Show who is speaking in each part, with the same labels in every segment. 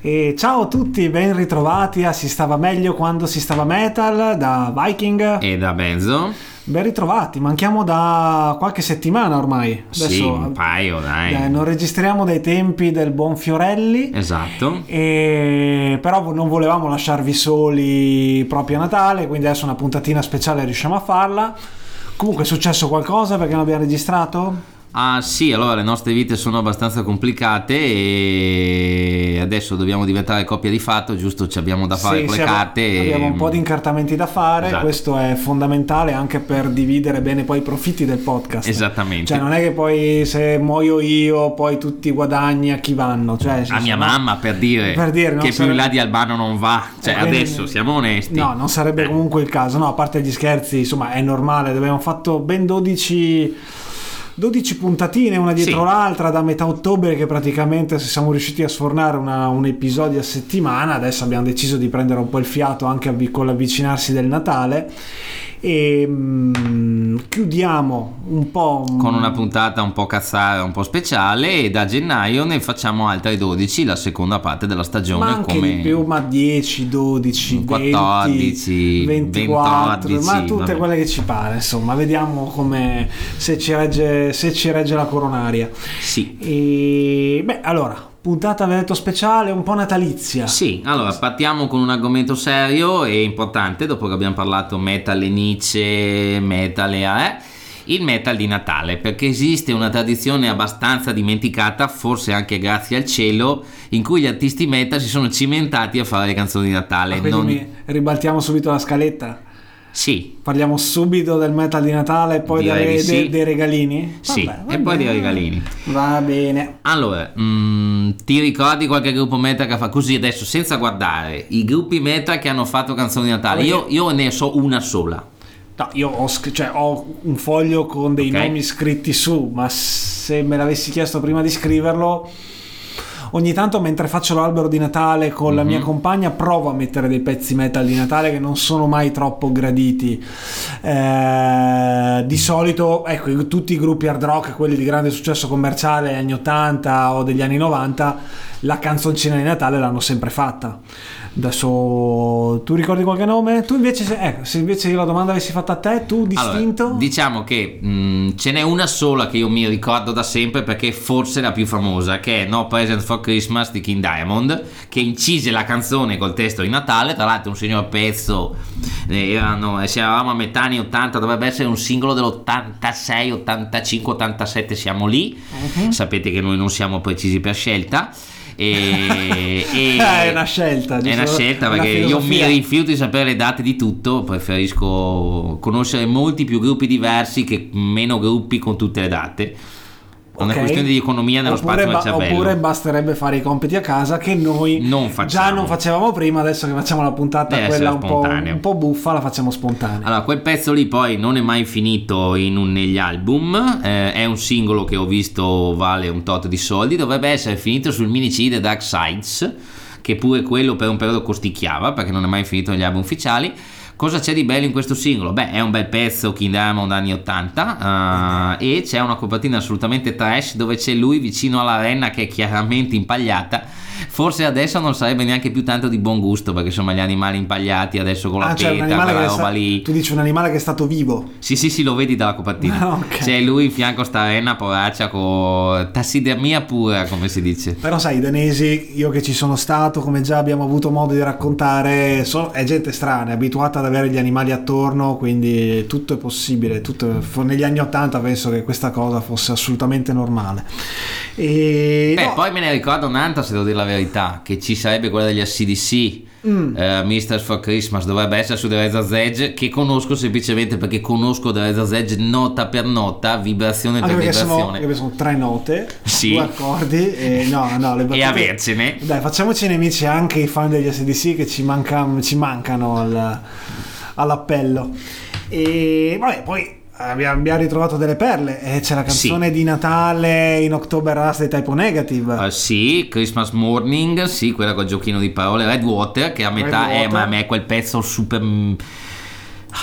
Speaker 1: E ciao a tutti, ben ritrovati a Si stava meglio quando si stava metal da Viking
Speaker 2: e da Benzo.
Speaker 1: Ben ritrovati, manchiamo da qualche settimana ormai. Adesso,
Speaker 2: sì, un paio, dai.
Speaker 1: Non registriamo dai tempi del buon Fiorelli.
Speaker 2: Esatto.
Speaker 1: Però non volevamo lasciarvi soli proprio a Natale, quindi adesso una puntatina speciale riusciamo a farla. Comunque è successo qualcosa perché non abbiamo registrato?
Speaker 2: Ah sì, allora le nostre vite sono abbastanza complicate e adesso dobbiamo diventare coppia di fatto, giusto? Ci abbiamo da fare con le carte.
Speaker 1: Abbiamo un po' di incartamenti da fare,
Speaker 2: esatto.
Speaker 1: Questo è fondamentale anche per dividere bene poi i profitti del podcast.
Speaker 2: Esattamente.
Speaker 1: Cioè non è che poi se muoio io poi tutti i guadagni a chi vanno. Cioè,
Speaker 2: a mia mamma per dire che più in là di Albano non va. Cioè adesso siamo onesti.
Speaker 1: No, non sarebbe comunque il caso. No, a parte gli scherzi, insomma è normale, abbiamo fatto ben 12 puntatine una dietro l'altra da metà ottobre, che praticamente siamo riusciti a sfornare un episodio a settimana. Adesso abbiamo deciso di prendere un po' il fiato anche con l'avvicinarsi del Natale e chiudiamo un po'
Speaker 2: con una puntata un po' cazzara, un po' speciale, e da gennaio ne facciamo altre 12, la seconda parte della stagione,
Speaker 1: ma anche di più, ma 10, 12,
Speaker 2: 14,
Speaker 1: 24,
Speaker 2: 20,
Speaker 1: ma tutte quelle che ci pare, insomma vediamo come se ci regge la coronaria.
Speaker 2: Sì.
Speaker 1: E allora puntata, avete detto, speciale, un po' natalizia.
Speaker 2: Sì, allora partiamo con un argomento serio e importante, dopo che abbiamo parlato metal e Nietzsche, metal e il metal di Natale, perché esiste una tradizione abbastanza dimenticata, forse anche grazie al cielo, in cui gli artisti metal si sono cimentati a fare le canzoni di Natale.
Speaker 1: Quindi ribaltiamo subito la scaletta?
Speaker 2: Sì.
Speaker 1: Parliamo subito del metal di Natale e poi dei regalini?
Speaker 2: Sì, vabbè, e poi dei regalini.
Speaker 1: Va bene.
Speaker 2: Allora, ti ricordi qualche gruppo metal che fa così adesso, senza guardare, i gruppi metal che hanno fatto canzoni di Natale? Io ne so una sola.
Speaker 1: No, io ho un foglio con dei nomi scritti su, ma se me l'avessi chiesto prima di scriverlo, ogni tanto mentre faccio l'albero di Natale con la mia compagna provo a mettere dei pezzi metal di Natale che non sono mai troppo graditi. Di solito, ecco, tutti i gruppi hard rock, quelli di grande successo commerciale anni 80 o degli anni 90, la canzoncina di Natale l'hanno sempre fatta. Adesso tu ricordi qualche nome? Tu invece, se invece io la domanda avessi fatta a te, tu distinto?
Speaker 2: Allora, diciamo che ce n'è una sola che io mi ricordo da sempre, perché forse la più famosa, che è No Present for Christmas di King Diamond, che incise la canzone col testo di Natale. Tra l'altro un signor pezzo, eravamo a metà anni 80, dovrebbe essere un singolo dell'86, 85, 87, siamo lì. Sapete che noi non siamo precisi per scelta.
Speaker 1: È una scelta,
Speaker 2: perché io mi rifiuto di sapere le date di tutto, preferisco conoscere molti più gruppi diversi che meno gruppi con tutte le date. È una questione di economia nello spazio del cervello.
Speaker 1: Oppure basterebbe fare i compiti a casa, che noi non facevamo prima. Adesso che facciamo la puntata quella un po' buffa, la facciamo spontanea.
Speaker 2: Allora, quel pezzo lì poi non è mai finito negli album, è un singolo che ho visto vale un tot di soldi. Dovrebbe essere finito sul mini CD The Dark Sides, che pure quello per un periodo costicchiava, perché non è mai finito negli album ufficiali. Cosa c'è di bello in questo singolo? È un bel pezzo King Diamond anni 80, e c'è una copertina assolutamente trash dove c'è lui vicino alla renna che è chiaramente impagliata. Forse adesso non sarebbe neanche più tanto di buon gusto, perché insomma gli animali impagliati adesso con la peta, quella roba lì.
Speaker 1: Tu dici un animale che è stato vivo?
Speaker 2: Sì, lo vedi dalla copertina.
Speaker 1: Okay.
Speaker 2: C'è lui in fianco a sta renna poraccia con tassidermia pura, come si dice.
Speaker 1: Però sai, i danesi, io che ci sono stato, come già abbiamo avuto modo di raccontare, è gente strana, è abituata ad avere gli animali attorno, quindi tutto è possibile. Negli anni 80 penso che questa cosa fosse assolutamente normale.
Speaker 2: Poi me ne ricordo un'altra, se devo dire la verità, che ci sarebbe quella degli AC/DC, Mr. for Christmas, dovrebbe essere su The Razor's Edge, che conosco semplicemente perché conosco The Razor's Edge nota per nota, vibrazione per vibrazione.
Speaker 1: Perché sono 3 note,
Speaker 2: sì.
Speaker 1: 2 accordi e
Speaker 2: e avercene.
Speaker 1: Dai, facciamoci nemici anche i fan degli AC/DC che ci mancano all'appello. E vabbè, poi abbiamo ritrovato delle perle, c'è la canzone di Natale in October Rust dei Type O Negative.
Speaker 2: Sì, Christmas Morning, sì, quella col giochino di parole. Red Water, che a metà ma a me è quel pezzo super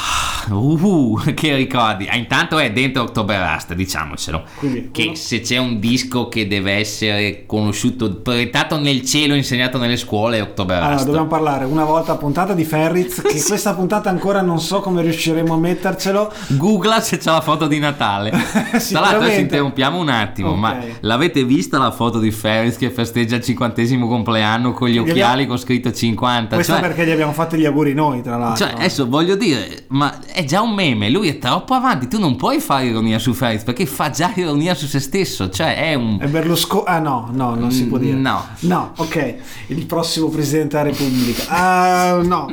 Speaker 2: che ricordi. Intanto è dentro Oktoberfest, diciamocelo.
Speaker 1: Quindi,
Speaker 2: che se c'è un disco che deve essere conosciuto, proiettato nel cielo, insegnato nelle scuole, è Oktoberfest.
Speaker 1: Allora, dobbiamo parlare una volta a puntata di Ferriz, che
Speaker 2: Sì.
Speaker 1: questa puntata ancora non so come riusciremo a mettercelo.
Speaker 2: Googla se c'è la foto di Natale. Tra l'altro
Speaker 1: Sicuramente.
Speaker 2: ci interrompiamo un attimo,
Speaker 1: Ok.
Speaker 2: ma l'avete vista la foto di Ferris che festeggia il 50° compleanno con gli occhiali con scritto 50?
Speaker 1: Questo
Speaker 2: Cioè,
Speaker 1: perché gli abbiamo fatto gli auguri noi, tra l'altro.
Speaker 2: cioè, adesso voglio dire, ma è già un meme, lui è troppo avanti, tu non puoi fare ironia su Ferris perché fa già ironia su se stesso, cioè è un...
Speaker 1: È Berlusconi. Ah no, non si può dire.
Speaker 2: No.
Speaker 1: No, ok. Il prossimo presidente della Repubblica. No.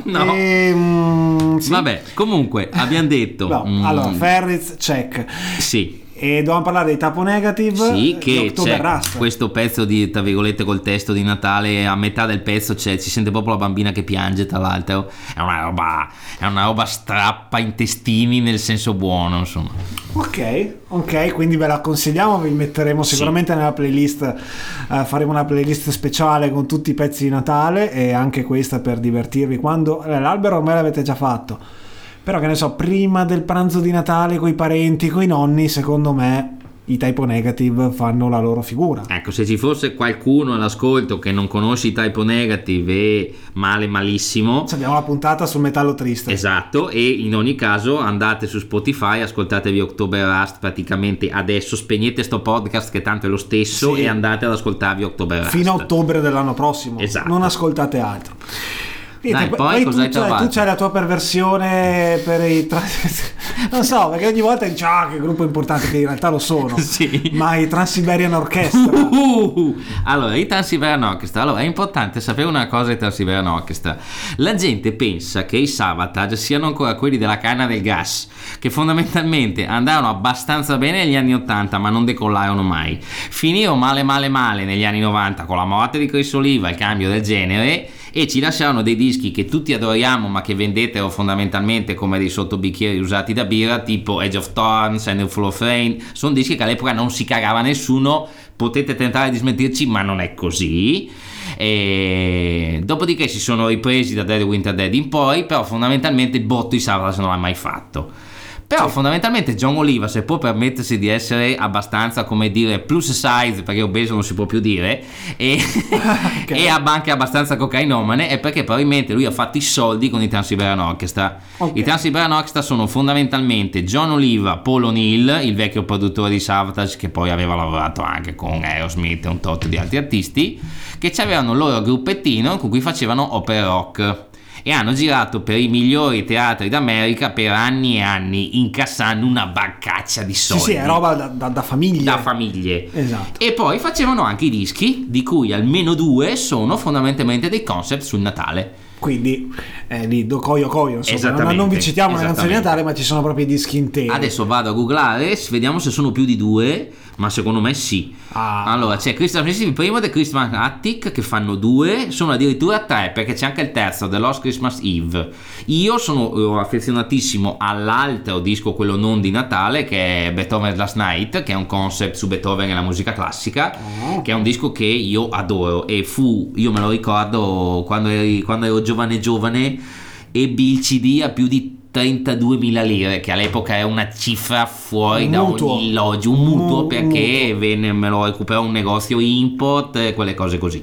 Speaker 2: No.
Speaker 1: Sì.
Speaker 2: Vabbè, comunque abbiamo detto...
Speaker 1: No, allora, Ferriz, check.
Speaker 2: Sì.
Speaker 1: E dobbiamo parlare dei Typo Negative.
Speaker 2: Sì, che c'è
Speaker 1: Oktoberfest.
Speaker 2: questo pezzo di, tra virgolette, col testo di Natale, a metà del pezzo ci sente proprio la bambina che piange, tra l'altro. È una roba strappa intestini nel senso buono, insomma.
Speaker 1: Ok, quindi ve la consigliamo, vi metteremo sicuramente nella playlist, faremo una playlist speciale con tutti i pezzi di Natale e anche questa per divertirvi quando l'albero ormai l'avete già fatto. Però che ne so, prima del pranzo di Natale coi parenti, coi nonni, secondo me i Typo Negative fanno la loro figura.
Speaker 2: Ecco, se ci fosse qualcuno all'ascolto che non conosce i Typo Negative e malissimo,
Speaker 1: Abbiamo la puntata sul metallo triste.
Speaker 2: esatto, e in ogni caso andate su Spotify, ascoltatevi Oktoberfest praticamente adesso, spegnete sto podcast che tanto è lo stesso,
Speaker 1: Sì.
Speaker 2: e andate ad ascoltarvi Oktoberfest
Speaker 1: Fino a ottobre dell'anno prossimo.
Speaker 2: Esatto.
Speaker 1: Non ascoltate altro.
Speaker 2: Dai, poi cosa hai trovato?
Speaker 1: Tu c'hai la tua perversione per i non so, perché ogni volta dici che gruppo importante, che in realtà lo sono.
Speaker 2: Sì.
Speaker 1: Ma i Trans-Siberian Orchestra.
Speaker 2: Allora, i Trans-Siberian Orchestra. Allora, è importante sapere una cosa dei Trans-Siberian Orchestra. La gente pensa che i Savatage siano ancora quelli della canna del gas, che fondamentalmente andarono abbastanza bene negli anni 80 ma non decollarono mai. Finirono male negli anni 90 con la morte di Chris Oliva, il cambio del genere, e ci lasciarono dei dischi che tutti adoriamo ma che vendettero fondamentalmente come dei sottobicchieri usati da birra, tipo Edge of Thorns, And Full of Rain. Sono dischi che all'epoca non si cagava nessuno, potete tentare di smentirci ma non è così. E dopodiché si sono ripresi da Dead Winter Dead in poi, però fondamentalmente il botto di Savatage non l'ha mai fatto. Però fondamentalmente John Oliva, se può permettersi di essere abbastanza, come dire, plus size, perché obeso non si può più dire, e, e anche abbastanza cocainomane, è perché probabilmente lui ha fatto i soldi con i Trans-Siberian Orchestra. I Trans-Siberian Orchestra sono fondamentalmente John Oliva, Paul O'Neill, il vecchio produttore di Savatage, che poi aveva lavorato anche con Aerosmith e un tot di altri artisti, che avevano il loro gruppettino con cui facevano opera rock. E hanno girato per i migliori teatri d'America per anni e anni, incassando una bancaccia di soldi.
Speaker 1: Sì, è roba da famiglie.
Speaker 2: Da famiglie.
Speaker 1: Esatto.
Speaker 2: E poi facevano anche i dischi, di cui almeno 2 sono fondamentalmente dei concept sul Natale.
Speaker 1: Quindi lì coio insomma,
Speaker 2: Esattamente,
Speaker 1: non vi citiamo le canzoni di
Speaker 2: esattamente.
Speaker 1: Natale, ma ci sono proprio i dischi interi.
Speaker 2: Adesso vado a googlare, vediamo se sono più di 2, ma secondo me sì. Allora c'è Christmas il primo The Christmas Attic, che fanno 2, sono addirittura 3 perché c'è anche il terzo, The Lost Christmas Eve. Io sono affezionatissimo all'altro disco, quello non di Natale, che è Beethoven's Last Night, che è un concept su Beethoven e la musica classica, che è un disco che io adoro, e io me lo ricordo quando ero giovane, ebbi il CD a più di 32.000 lire, che all'epoca è una cifra fuori da ogni logica, un mutuo, perché me lo recuperò un negozio import e quelle cose così.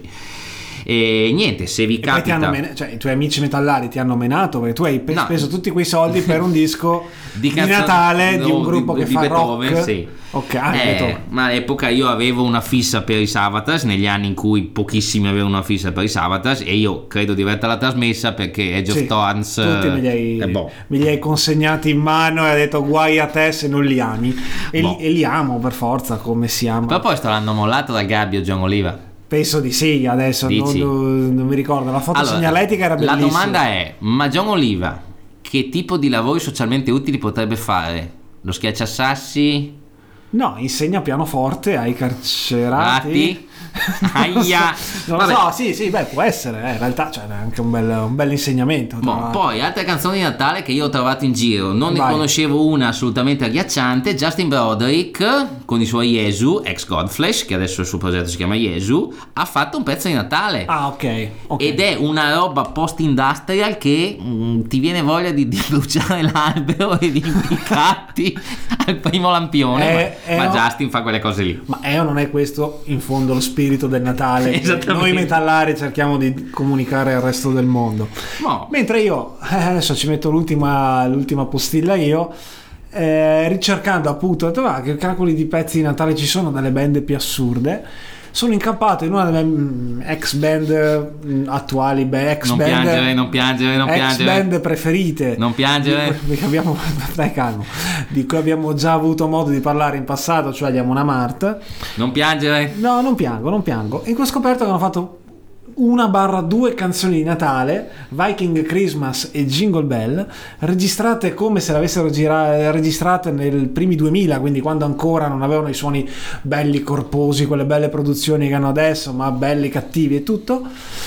Speaker 2: E niente, se vi capita,
Speaker 1: i tuoi amici metallari ti hanno menato perché tu hai speso tutti quei soldi per un disco di Natale di un gruppo che fa
Speaker 2: Beethoven,
Speaker 1: rock.
Speaker 2: sì.
Speaker 1: Ok,
Speaker 2: ma all'epoca io avevo una fissa per i Savatage, negli anni in cui pochissimi avevano una fissa per i Savatage, e io credo di avertela trasmessa perché Edge of Thorns
Speaker 1: tutti me li hai consegnati in mano e ha detto guai a te se non li ami, e li amo per forza, come si ama.
Speaker 2: Però poi l'hanno mollato dal gabbio John Oliva.
Speaker 1: Penso di sì, adesso non mi ricordo, la foto segnaletica era bellissima.
Speaker 2: La domanda è, ma John Oliva che tipo di lavori socialmente utili potrebbe fare? Lo schiacciasassi?
Speaker 1: No, insegna pianoforte ai carcerati.
Speaker 2: Aia.
Speaker 1: Non lo so, sì, beh, può essere, in realtà c'è anche un bel insegnamento.
Speaker 2: Poi altre canzoni di Natale che io ho trovato in giro, non ne conoscevo una assolutamente agghiacciante. Justin Broderick con i suoi Jesu, ex Godflesh, che adesso il suo progetto si chiama Jesu, ha fatto un pezzo di Natale.
Speaker 1: Ok.
Speaker 2: Ed è una roba post-industrial che ti viene voglia di bruciare l'albero e di impiccarti al primo lampione, ma Justin fa quelle cose lì.
Speaker 1: Ma è o non è questo in fondo lo spirito del Natale? Noi metallari cerchiamo di comunicare al resto del mondo.
Speaker 2: No.
Speaker 1: Mentre io adesso ci metto l'ultima postilla io, ricercando appunto, che calcoli di pezzi di Natale ci sono dalle band più assurde. Sono incappato in una delle ex band attuali,
Speaker 2: non piangere.
Speaker 1: Ex band preferite.
Speaker 2: Non piangere.
Speaker 1: Di cui abbiamo già avuto modo di parlare in passato, cioè gli Amon Amarth.
Speaker 2: Non piangere.
Speaker 1: No, non piango. E ho scoperto che hanno fatto 1/2 canzoni di Natale, Viking Christmas e Jingle Bell, registrate come se le avessero registrate nel primi 2000, quindi quando ancora non avevano i suoni belli corposi, quelle belle produzioni che hanno adesso, ma belli, cattivi e tutto.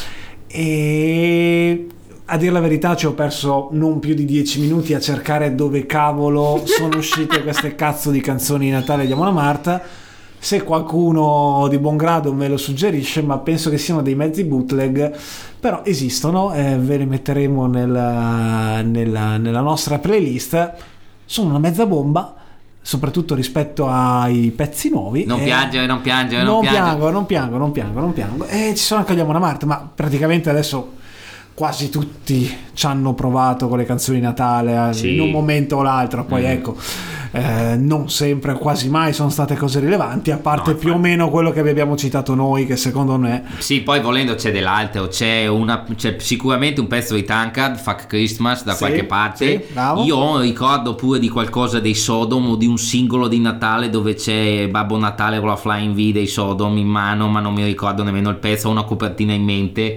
Speaker 1: E a dire la verità ci ho perso non più di 10 minuti a cercare dove cavolo sono uscite queste cazzo di canzoni di Natale di Amon Amarth. Se qualcuno di buon grado me lo suggerisce, ma penso che siano dei mezzi bootleg, però esistono, ve li metteremo nella nostra playlist. Sono una mezza bomba, soprattutto rispetto ai pezzi nuovi.
Speaker 2: Non piangere.
Speaker 1: Non piango. E ci sono anche gli Amon Amarth, ma praticamente adesso quasi tutti ci hanno provato con le canzoni di Natale in un momento o l'altro, poi ecco, non sempre, quasi mai sono state cose rilevanti, a parte più o meno quello che vi abbiamo citato noi, che secondo me
Speaker 2: poi volendo c'è dell'altro, c'è sicuramente un pezzo di Tankard, Fuck Christmas, da qualche parte. Io ricordo pure di qualcosa dei Sodom o di un singolo di Natale dove c'è Babbo Natale con la Flying V dei Sodom in mano, ma non mi ricordo nemmeno il pezzo, ho una copertina in mente.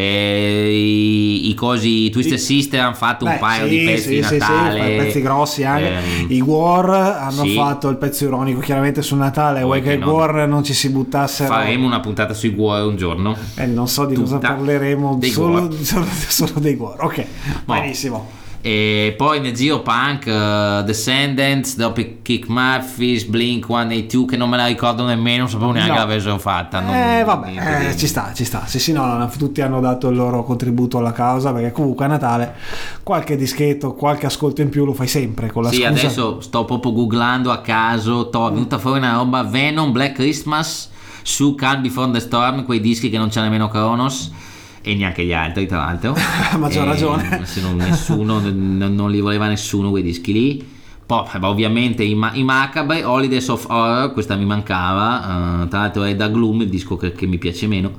Speaker 2: I cosi Twisted Sister hanno fatto un paio di pezzi di Natale,
Speaker 1: pezzi grossi anche. I War hanno fatto il pezzo ironico chiaramente su Natale, vuoi che i War non ci si buttassero.
Speaker 2: Faremo una puntata sui War un giorno,
Speaker 1: non so di cosa parleremo, solo dei War. Ok, benissimo.
Speaker 2: E poi nel giro punk, Descendants, Dropkick Murphys, Blink 182, che non me la ricordo nemmeno, non sapevo neanche l'avessero fatta.
Speaker 1: Ci sta. Sì, no, tutti hanno dato il loro contributo alla causa, perché comunque a Natale qualche dischetto, qualche ascolto in più lo fai sempre con la scusa.
Speaker 2: Adesso sto proprio googlando a caso, è venuta fuori una roba Venom, Black Christmas su Calm Before the Storm, quei dischi che non c'è nemmeno Kronos e neanche gli altri, tra l'altro.
Speaker 1: Maggior ragione.
Speaker 2: Se non nessuno non li voleva nessuno quei dischi lì. Poi ovviamente i Macabre, Holidays of Horror, questa mi mancava, tra l'altro è da Gloom, il disco che mi piace meno.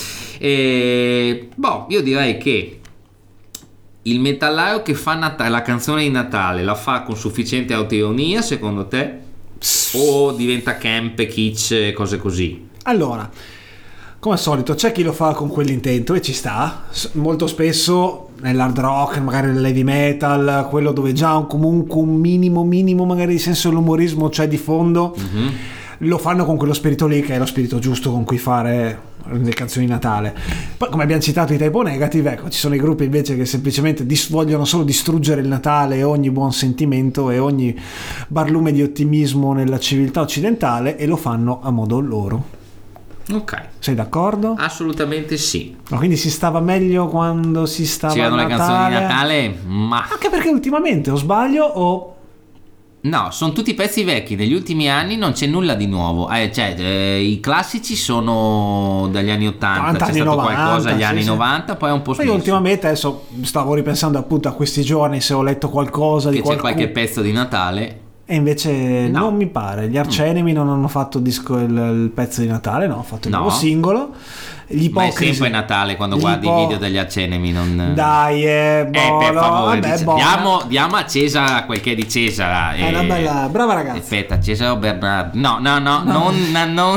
Speaker 2: E io direi che il metallaio che fa la canzone di Natale la fa con sufficiente autoironia, secondo te? O diventa camp, kitsch, cose così?
Speaker 1: Allora, come al solito c'è chi lo fa con quell'intento e ci sta. Molto spesso nell'hard rock, magari nell'heavy metal, quello dove già comunque un minimo magari di senso dell'umorismo c'è di fondo, lo fanno con quello spirito lì, che è lo spirito giusto con cui fare le canzoni di Natale. Poi, come abbiamo citato i Type O Negative, ecco, ci sono i gruppi invece che semplicemente vogliono solo distruggere il Natale e ogni buon sentimento e ogni barlume di ottimismo nella civiltà occidentale, e lo fanno a modo loro.
Speaker 2: Ok,
Speaker 1: sei d'accordo?
Speaker 2: Assolutamente sì.
Speaker 1: Quindi si stava meglio quando si stava
Speaker 2: c'erano
Speaker 1: a Natale.
Speaker 2: Le canzoni di Natale, ma
Speaker 1: anche perché ultimamente, o sbaglio, o
Speaker 2: no, sono tutti pezzi vecchi. Negli ultimi anni non c'è nulla di nuovo. I classici sono dagli anni 80, c'è stato 90, qualcosa agli anni 90, poi è un po' smesso.
Speaker 1: Poi ultimamente, adesso stavo ripensando appunto a questi giorni se ho letto qualcosa
Speaker 2: che c'è qualche pezzo di Natale.
Speaker 1: E invece non mi pare. Gli Arch Enemy non hanno fatto il pezzo di Natale, no, hanno fatto il nuovo singolo.
Speaker 2: Ma è sempre Natale quando guardi i video degli Arch Enemy, non...
Speaker 1: Dai,
Speaker 2: per favore, diamo a Cesare quel che è di Cesare.
Speaker 1: È una bella, brava ragazza.
Speaker 2: Aspetta, Cesare o Bernardo? No.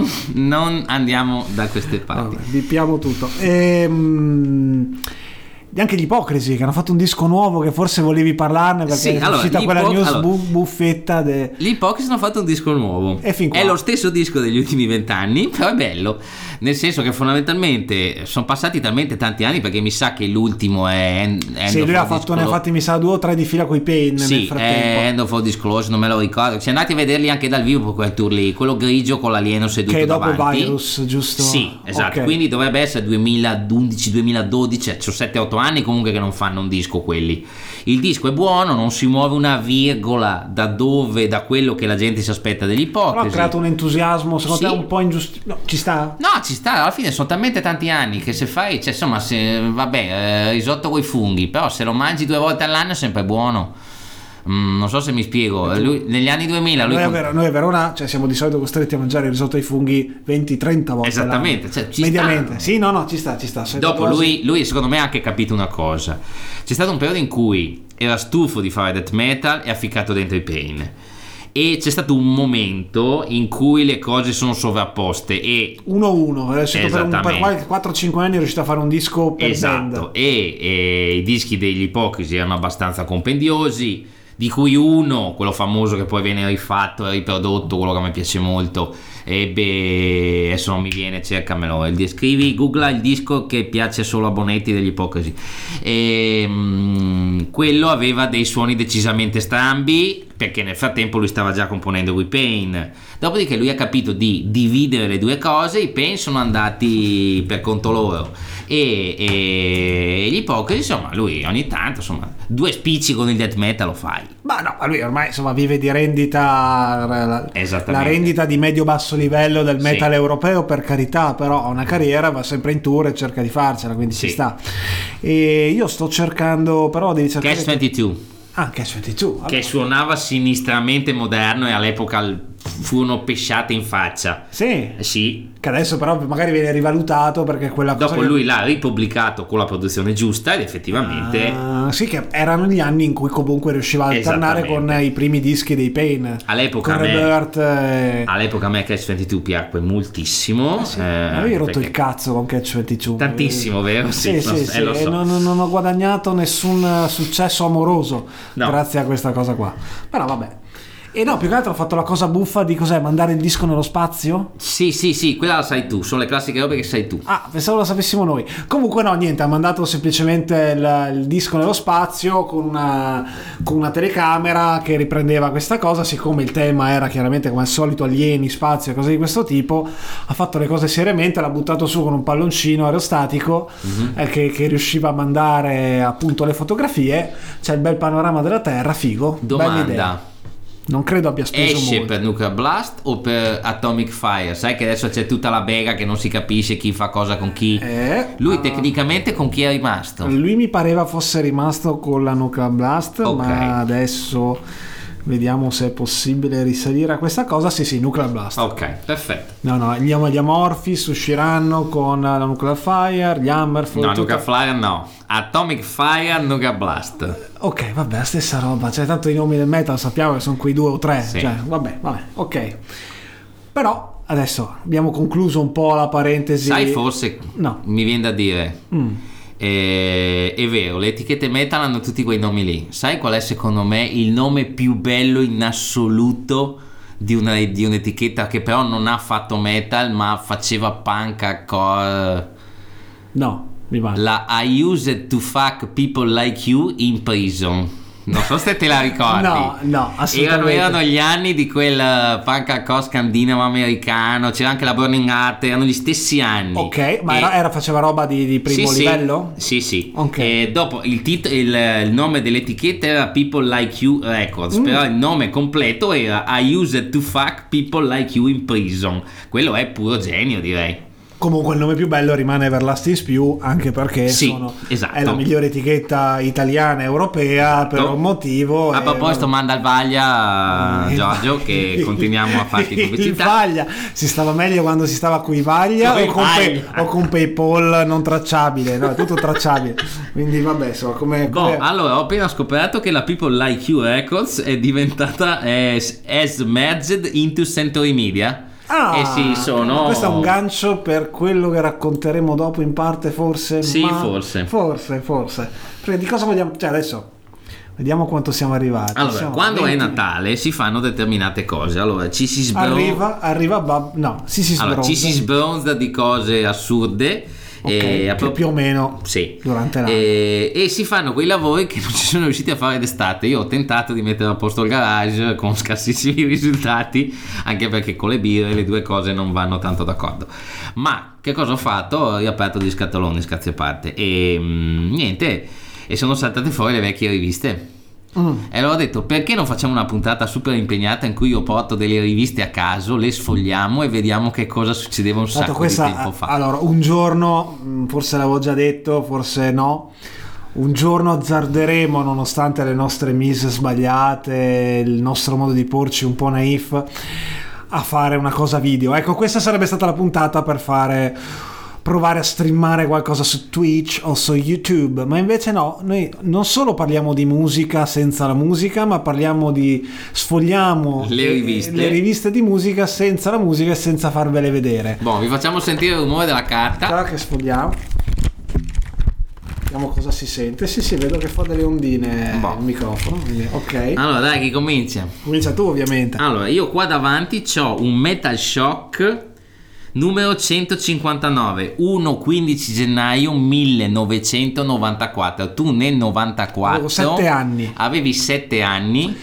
Speaker 2: Non andiamo da queste parti.
Speaker 1: Bippiamo tutto. anche gli Ipocrisi, che hanno fatto un disco nuovo che forse volevi parlarne perché
Speaker 2: Sì,
Speaker 1: è
Speaker 2: allora,
Speaker 1: uscita quella news buffetta
Speaker 2: Gli Ipocrisi hanno fatto un disco nuovo, è lo stesso disco degli ultimi 20 anni, però è bello, nel senso che fondamentalmente sono passati talmente tanti anni, perché mi sa che l'ultimo è
Speaker 1: sì, lui ne ha fatti mi sa 2 o 3 di fila coi Pain,
Speaker 2: sì,
Speaker 1: nel frattempo.
Speaker 2: È End of All Disclosure, non me lo ricordo, ci andate a vederli anche dal vivo per quel tour lì, quello grigio con l'alieno seduto
Speaker 1: che dopo
Speaker 2: davanti,
Speaker 1: Virus, giusto?
Speaker 2: Sì, esatto,
Speaker 1: okay.
Speaker 2: Quindi dovrebbe essere 2011-2012, cioè 7-8 anni comunque che non fanno un disco quelli. Il disco è buono, non si muove una virgola da quello che la gente si aspetta degli Ipocrisi.
Speaker 1: Però ha creato un entusiasmo, secondo te un po' ingiusto? No, ci sta?
Speaker 2: No, ci sta, alla fine sono talmente tanti anni che se fai, cioè insomma, risotto coi funghi, però se lo mangi 2 volte all'anno è sempre buono. Non so se mi spiego. Lui, negli anni 2000
Speaker 1: noi a Verona, cioè, siamo di solito costretti a mangiare il risotto ai funghi 20-30 volte
Speaker 2: esattamente, cioè,
Speaker 1: mediamente. Sì, no, ci sta.
Speaker 2: Dopo lui secondo me ha anche capito una cosa. C'è stato un periodo in cui era stufo di fare death metal e ha ficcato dentro i Pain, e c'è stato un momento in cui le cose sono sovrapposte e
Speaker 1: 1-1 per 4-5 anni è riuscito a fare un disco per band.
Speaker 2: E i dischi degli Ipocrisi erano abbastanza compendiosi, di cui uno, quello famoso che poi viene rifatto e riprodotto, quello che a me piace molto, adesso non mi viene, cercamelo, scrivi, googla il disco che piace solo a Bonetti degli Ipocrisi, quello aveva dei suoni decisamente strambi, perché nel frattempo lui stava già componendo i Pain. Dopodiché lui ha capito di dividere le due cose, i Pain sono andati per conto loro e gli Ipocrisi, insomma, lui ogni tanto, insomma, 2 spicci con il death metal lo fai.
Speaker 1: Ma no, lui ormai insomma vive di rendita, la rendita di medio-basso livello del metal europeo, per carità, però ha una carriera, va sempre in tour e cerca di farcela, quindi ci sta. E io sto cercando, però devi cercare
Speaker 2: Catch 22.
Speaker 1: Catch 22
Speaker 2: che suonava sinistramente moderno e all'epoca furono pesciate in faccia. Sì.
Speaker 1: Che adesso però magari viene rivalutato perché quella cosa.
Speaker 2: Dopo lui l'ha ripubblicato con la produzione giusta ed effettivamente.
Speaker 1: Sì, che erano gli anni in cui comunque riusciva a alternare con i primi dischi dei Pain.
Speaker 2: All'epoca a me Catch 22 piacque moltissimo.
Speaker 1: Avevi rotto il cazzo con Catch 22.
Speaker 2: Tantissimo, vero? Sì. Lo so.
Speaker 1: Non ho guadagnato nessun successo amoroso grazie a questa cosa qua. Però vabbè. E no, più che altro ho fatto la cosa buffa di mandare il disco nello spazio?
Speaker 2: Sì, quella la sai tu, sono le classiche robe che sai tu.
Speaker 1: Pensavo la sapessimo noi. Comunque no, niente, ha mandato semplicemente il disco nello spazio con una telecamera che riprendeva questa cosa, siccome il tema era chiaramente come al solito alieni, spazio e cose di questo tipo, ha fatto le cose seriamente, l'ha buttato su con un palloncino aerostatico che riusciva a mandare appunto le fotografie, c'è il bel panorama della Terra, figo.
Speaker 2: Domanda.
Speaker 1: Bella idea. Non credo abbia speso
Speaker 2: esce
Speaker 1: molto.
Speaker 2: Per Nuclear Blast o per Atomic Fire? Sai che adesso c'è tutta la bega che non si capisce chi fa cosa con chi. Lui tecnicamente con chi è rimasto?
Speaker 1: Lui mi pareva fosse rimasto con la Nuclear Blast, ma adesso vediamo se è possibile risalire a questa cosa. Sì, Nuclear Blast.
Speaker 2: Ok, perfetto.
Speaker 1: No, gli Amorphis usciranno con la Nuclear Fire, gli Hammerfall.
Speaker 2: No, Nuclear Fire no. Atomic Fire, Nuclear Blast.
Speaker 1: Ok, vabbè, la stessa roba. Cioè, tanto i nomi del metal sappiamo che sono quei 2 o 3.
Speaker 2: Sì.
Speaker 1: Cioè, vabbè, ok. Però adesso abbiamo concluso un po' la parentesi.
Speaker 2: Sai, forse mi viene da dire. È vero, le etichette metal hanno tutti quei nomi lì. Sai qual è secondo me il nome più bello in assoluto di un'etichetta che però non ha fatto metal ma faceva punk
Speaker 1: No, mi va.
Speaker 2: La I Used to Fuck People Like You in Prison. Non so se te la ricordi.
Speaker 1: No, assolutamente.
Speaker 2: Erano gli anni di quel punk hardcore scandinavo americano, c'era anche la Burning Heart, erano gli stessi anni.
Speaker 1: Ok, ma faceva roba di primo livello?
Speaker 2: Sì.
Speaker 1: Okay.
Speaker 2: E dopo il nome dell'etichetta era People Like You Records, però il nome completo era I Used to Fuck People Like You in Prison. Quello è puro genio, direi.
Speaker 1: Comunque il nome più bello rimane Everlasting Spew, anche perché
Speaker 2: esatto.
Speaker 1: È la migliore etichetta italiana e europea per un motivo.
Speaker 2: A proposito, manda il Vaglia, Giorgio, che continuiamo a farti pubblicità.
Speaker 1: Il Vaglia si stava meglio quando si stava con i Vaglia o con PayPal non tracciabile, no, è tutto tracciabile. Quindi vabbè, insomma, come
Speaker 2: allora ho appena scoperto che la People Like You Records è diventata as merged into Century Media. e si sono...
Speaker 1: Questo è un gancio per quello che racconteremo dopo in parte, forse?
Speaker 2: Sì,
Speaker 1: ma...
Speaker 2: forse.
Speaker 1: Perché di cosa vogliamo... Cioè adesso vediamo quanto siamo arrivati.
Speaker 2: Allora, quando è Natale si fanno determinate cose. Allora, ci si sbronza. Ci si sbronza di cose assurde.
Speaker 1: Che più o meno
Speaker 2: sì.
Speaker 1: Durante l'anno
Speaker 2: e si fanno quei lavori che non ci sono riusciti a fare d'estate. Io ho tentato di mettere a posto il garage con scarsissimi risultati, anche perché con le birre le due cose non vanno tanto d'accordo. Ma che cosa ho fatto? Ho riaperto gli scatoloni, scherzi a parte, e niente, e sono saltate fuori le vecchie riviste. E allora ho detto, perché non facciamo una puntata super impegnata in cui io porto delle riviste a caso, le sfogliamo e vediamo che cosa succedeva un sacco di tempo fa.
Speaker 1: Allora, un giorno, forse l'avevo già detto, forse no, un giorno azzarderemo, nonostante le nostre mise sbagliate, il nostro modo di porci un po' naif, a fare una cosa video. Ecco, questa sarebbe stata la puntata per provare a streamare qualcosa su Twitch o su YouTube, ma invece no, noi non solo parliamo di musica senza la musica, ma sfogliamo
Speaker 2: le
Speaker 1: riviste di musica senza la musica e senza farvele vedere.
Speaker 2: Vi facciamo sentire il rumore della carta.
Speaker 1: Allora che sfogliamo, vediamo cosa si sente. Sì, vedo che fa delle ondine il microfono, quindi, ok.
Speaker 2: Allora dai, chi comincia?
Speaker 1: Comincia tu, ovviamente.
Speaker 2: Allora, io qua davanti c'ho un Metal Shock numero 159, 1-15 gennaio 1994. Tu nel 94
Speaker 1: avevo 7 anni.
Speaker 2: Avevi 7 anni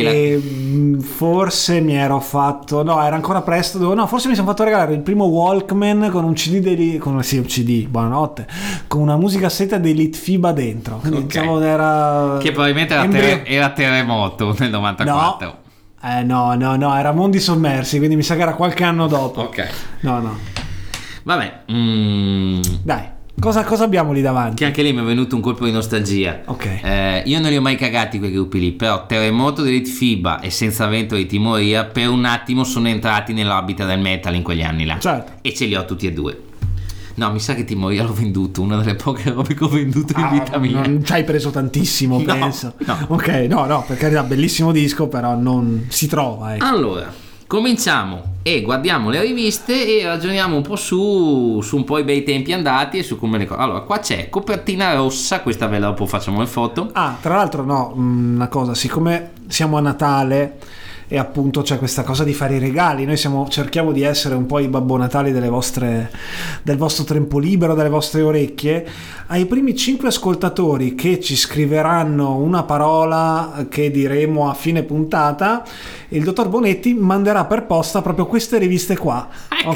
Speaker 1: forse mi ero fatto, no, era ancora presto, forse mi sono fatto regalare il primo Walkman con un CD un CD, buonanotte, con una musicassetta dei Litfiba dentro. Quindi diciamo era...
Speaker 2: Che probabilmente era Terremoto nel 94.
Speaker 1: No, era Mondi Sommersi, quindi mi sa che era qualche anno dopo.
Speaker 2: Ok.
Speaker 1: No.
Speaker 2: Vabbè.
Speaker 1: Dai, cosa abbiamo lì davanti?
Speaker 2: Che anche lì mi è venuto un colpo di nostalgia.
Speaker 1: Ok.
Speaker 2: Io non li ho mai cagati quei gruppi lì, però Terremoto di Litfiba e Senza Vento di Timoria per un attimo sono entrati nell'orbita del metal in quegli anni là.
Speaker 1: Certo.
Speaker 2: E ce li ho tutti e due. No, mi sa che Timoria l'ho venduto, una delle poche robe che ho venduto in vita mia.
Speaker 1: Non ci hai preso tantissimo, penso.
Speaker 2: No.
Speaker 1: Ok, no, per carità, bellissimo disco, però non si trova. Ecco.
Speaker 2: Allora, cominciamo e guardiamo le riviste e ragioniamo un po' su un po' i bei tempi andati e su come le cose. Allora, qua c'è copertina rossa, questa ve la dopo facciamo le foto.
Speaker 1: Tra l'altro una cosa, siccome siamo a Natale e appunto c'è questa cosa di fare i regali, noi cerchiamo di essere un po' i Babbo Natali del vostro tempo libero, delle vostre orecchie. Ai primi 5 ascoltatori che ci scriveranno una parola che diremo a fine puntata, il dottor Bonetti manderà per posta proprio queste riviste qua.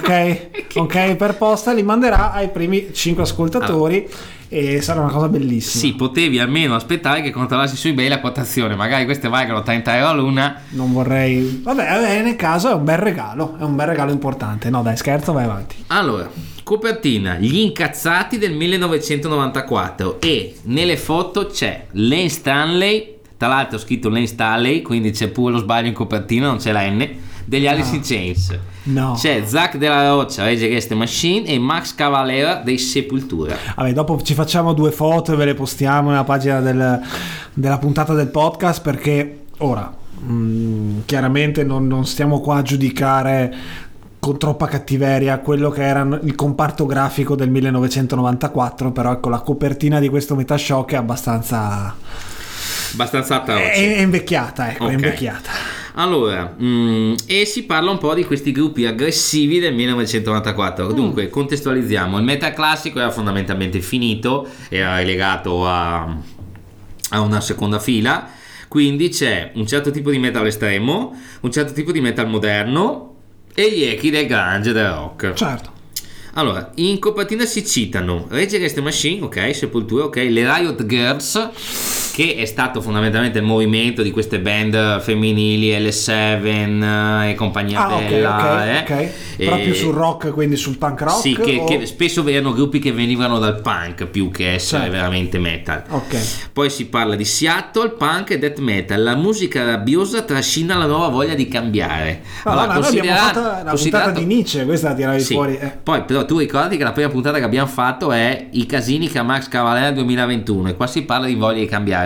Speaker 1: Ok, per posta li manderà ai primi 5 ascoltatori. E sarà una cosa bellissima.
Speaker 2: Sì, potevi almeno aspettare che controllassi su eBay la quotazione, magari queste valgono 30 euro l'una.
Speaker 1: Non vorrei, vabbè, nel caso è un bel regalo importante. No dai, scherzo, vai avanti.
Speaker 2: Allora, copertina, gli incazzati del 1994 e nelle foto c'è Lane Stanley, tra l'altro ho scritto Lane Stanley, quindi c'è pure lo sbaglio in copertina, non c'è la N, degli Alice in Chains.
Speaker 1: No.
Speaker 2: C'è Zach della Roccia, Rage Against the Machine, e Max Cavalera dei Sepultura.
Speaker 1: Vabbè, dopo ci facciamo 2 foto e ve le postiamo nella pagina della puntata del podcast, perché ora chiaramente non stiamo qua a giudicare con troppa cattiveria quello che era il comparto grafico del 1994, però ecco, la copertina di questo Metashock è abbastanza atroce. È invecchiata, ecco, okay. È invecchiata.
Speaker 2: Allora, e si parla un po' di questi gruppi aggressivi del 1994. Dunque, contestualizziamo. Il metal classico era fondamentalmente finito, era relegato a una seconda fila, quindi c'è un certo tipo di metal estremo, un certo tipo di metal moderno e gli echi del grunge e del rock.
Speaker 1: Certo.
Speaker 2: Allora, in copertina si citano Rage Against the Machine, ok, Sepultura, ok, le Riot Girls, che è stato fondamentalmente il movimento di queste band femminili, L7 e compagnia bella.
Speaker 1: Ok. Però più sul rock, quindi sul punk rock?
Speaker 2: Sì, che spesso erano gruppi che venivano dal punk più che essere veramente metal.
Speaker 1: Ok.
Speaker 2: Poi si parla di Seattle, punk e death metal. La musica rabbiosa trascina la nuova voglia di cambiare.
Speaker 1: Allora, noi abbiamo fatto la puntata di Nietzsche, questa la tiravi fuori.
Speaker 2: Poi però tu ricordi che la prima puntata che abbiamo fatto è i casini che ha Max Cavalera 2021 e qua si parla di voglia di cambiare.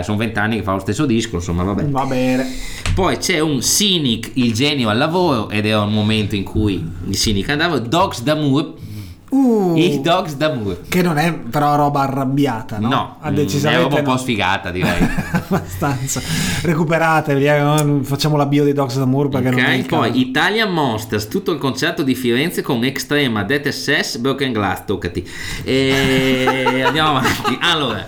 Speaker 2: dai, sono 20 anni che fa lo stesso disco, insomma, vabbè.
Speaker 1: Va bene.
Speaker 2: Poi c'è un Cynic, il genio al lavoro, ed era un momento in cui il Cynic andava. Dogs d'Amour, i Dogs d'Amour,
Speaker 1: che non è però roba arrabbiata, no?
Speaker 2: No,
Speaker 1: Decisamente
Speaker 2: è roba un po'
Speaker 1: no.
Speaker 2: sfigata, direi.
Speaker 1: Abbastanza. Recuperate, facciamo la bio di Dogs d'Amour perché non è il
Speaker 2: Poi
Speaker 1: caso.
Speaker 2: Italian Monsters, tutto il concerto di Firenze con Extrema, Death SS, Broken Glass, toccati. Andiamo avanti. Allora,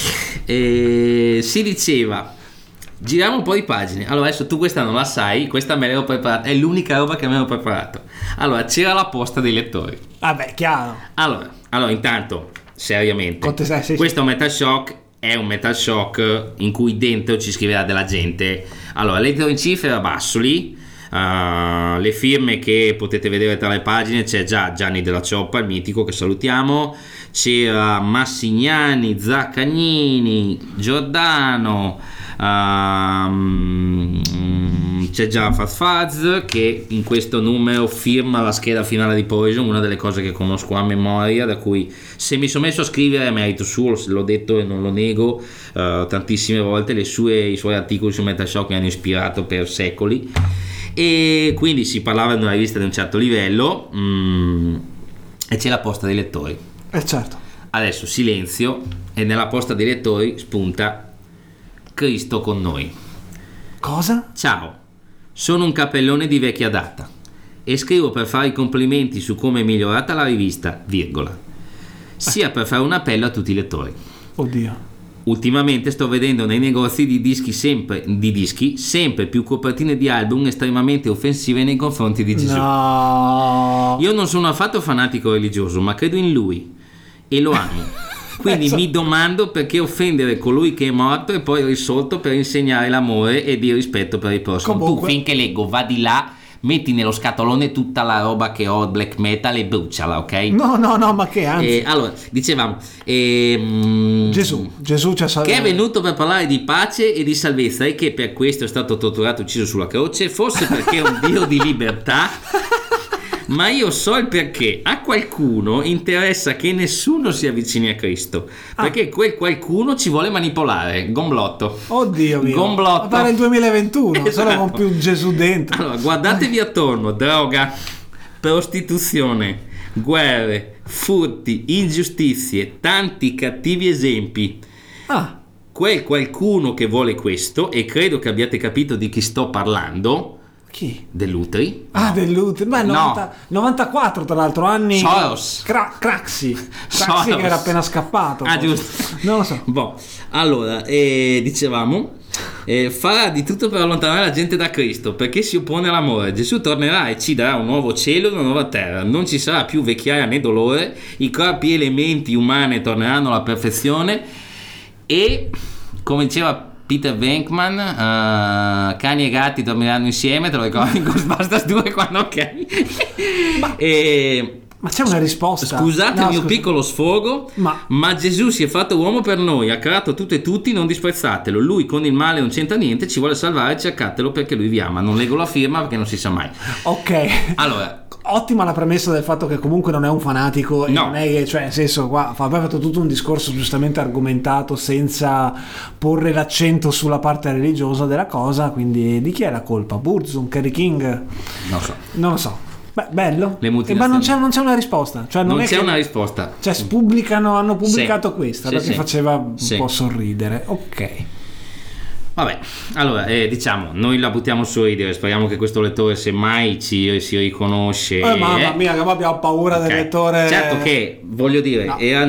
Speaker 2: si diceva, giriamo un po' di pagine. Allora, adesso tu questa non la sai, questa me l'ero preparata, è l'unica roba che mi ero preparato. Allora, c'era la posta dei lettori.
Speaker 1: Vabbè, chiaro.
Speaker 2: Allora intanto, seriamente,
Speaker 1: Sì.
Speaker 2: questo Metal Shock è un Metal Shock in cui dentro ci scriverà della gente. Allora, l'editor in chief era Bassoli, le firme che potete vedere tra le pagine, c'è già Gianni Della Cioppa, il mitico, che salutiamo, c'era Massignani, Zaccagnini, Giordano, c'è già Faz che in questo numero firma la scheda finale di Poison, una delle cose che conosco a memoria, da cui se mi sono messo a scrivere è merito suo, l'ho detto e non lo nego tantissime volte. I suoi articoli su Metal Shock mi hanno ispirato per secoli, e quindi si parlava di una rivista di un certo livello, e c'è la posta dei lettori.
Speaker 1: Certo.
Speaker 2: Adesso silenzio, e nella posta dei lettori spunta Cristo con noi.
Speaker 1: Cosa?
Speaker 2: Ciao, sono un capellone di vecchia data e scrivo per fare i complimenti su come è migliorata la rivista, virgola, sia per fare un appello a tutti i lettori.
Speaker 1: Oddio.
Speaker 2: Ultimamente sto vedendo nei negozi di dischi sempre più copertine di album estremamente offensive nei confronti di Gesù.
Speaker 1: No.
Speaker 2: Io non sono affatto fanatico religioso, ma credo in lui e lo amo. Quindi mi domando perché offendere colui che è morto e poi risorto per insegnare l'amore e il rispetto per il prossimo.
Speaker 1: Comunque,
Speaker 2: tu finché leggo va di là, metti nello scatolone tutta la roba che ho black metal e bruciala, ok?
Speaker 1: No, ma che anzi.
Speaker 2: Allora, dicevamo
Speaker 1: Gesù ci ha salvato.
Speaker 2: che è venuto per parlare di pace e di salvezza e che per questo è stato torturato e ucciso sulla croce, forse perché è un Dio di libertà. Ma io so il perché. A qualcuno interessa che nessuno si avvicini a Cristo, perché quel qualcuno ci vuole manipolare. Gomblotto.
Speaker 1: Oddio mio.
Speaker 2: Gomblotto.
Speaker 1: Pare il 2021,
Speaker 2: Esatto.
Speaker 1: solo con più Gesù dentro.
Speaker 2: Allora, guardatevi attorno: droga, prostituzione, guerre, furti, ingiustizie, tanti cattivi esempi. Quel qualcuno che vuole questo, e credo che abbiate capito di chi sto parlando.
Speaker 1: Chi?
Speaker 2: Dell'Utri?
Speaker 1: Dell'Utri. Ma 94 tra l'altro anni.
Speaker 2: Soros.
Speaker 1: Craxi
Speaker 2: Soros.
Speaker 1: che era appena scappato.
Speaker 2: Giusto.
Speaker 1: Non lo so.
Speaker 2: Boh. Allora, dicevamo, farà di tutto per allontanare la gente da Cristo, perché si oppone all'amore. Gesù tornerà e ci darà un nuovo cielo e una nuova terra. Non ci sarà più vecchiaia né dolore, i corpi e le menti umane torneranno alla perfezione e, come diceva Peter Venkman, cani e gatti dormiranno insieme, te lo ricordi in Ghostbusters 2 quando ok?
Speaker 1: Ma c'è una risposta.
Speaker 2: Scusate il mio piccolo sfogo, ma Gesù si è fatto uomo per noi, ha creato tutto e tutti, non disprezzatelo. Lui con il male non c'entra niente, ci vuole salvare, cercatelo perché lui vi ama. Non leggo la firma perché non si sa mai.
Speaker 1: Ok.
Speaker 2: Allora,
Speaker 1: ottima la premessa del fatto che comunque non è un fanatico, e
Speaker 2: no.
Speaker 1: non è che, cioè, nel senso, qua aveva fatto tutto un discorso giustamente argomentato senza porre l'accento sulla parte religiosa della cosa. Quindi di chi è la colpa? Burzum, Kerry King? Non lo so. Beh, bello. Ma non c'è una risposta. Cioè, non c'è
Speaker 2: una risposta.
Speaker 1: Cioè, hanno pubblicato questa perché faceva un po' sorridere. Ok.
Speaker 2: Vabbè, allora diciamo, noi la buttiamo a sorridere, speriamo che questo lettore semmai si riconosce.
Speaker 1: Mamma mia, che abbiamo paura del lettore.
Speaker 2: Certo che, voglio dire, era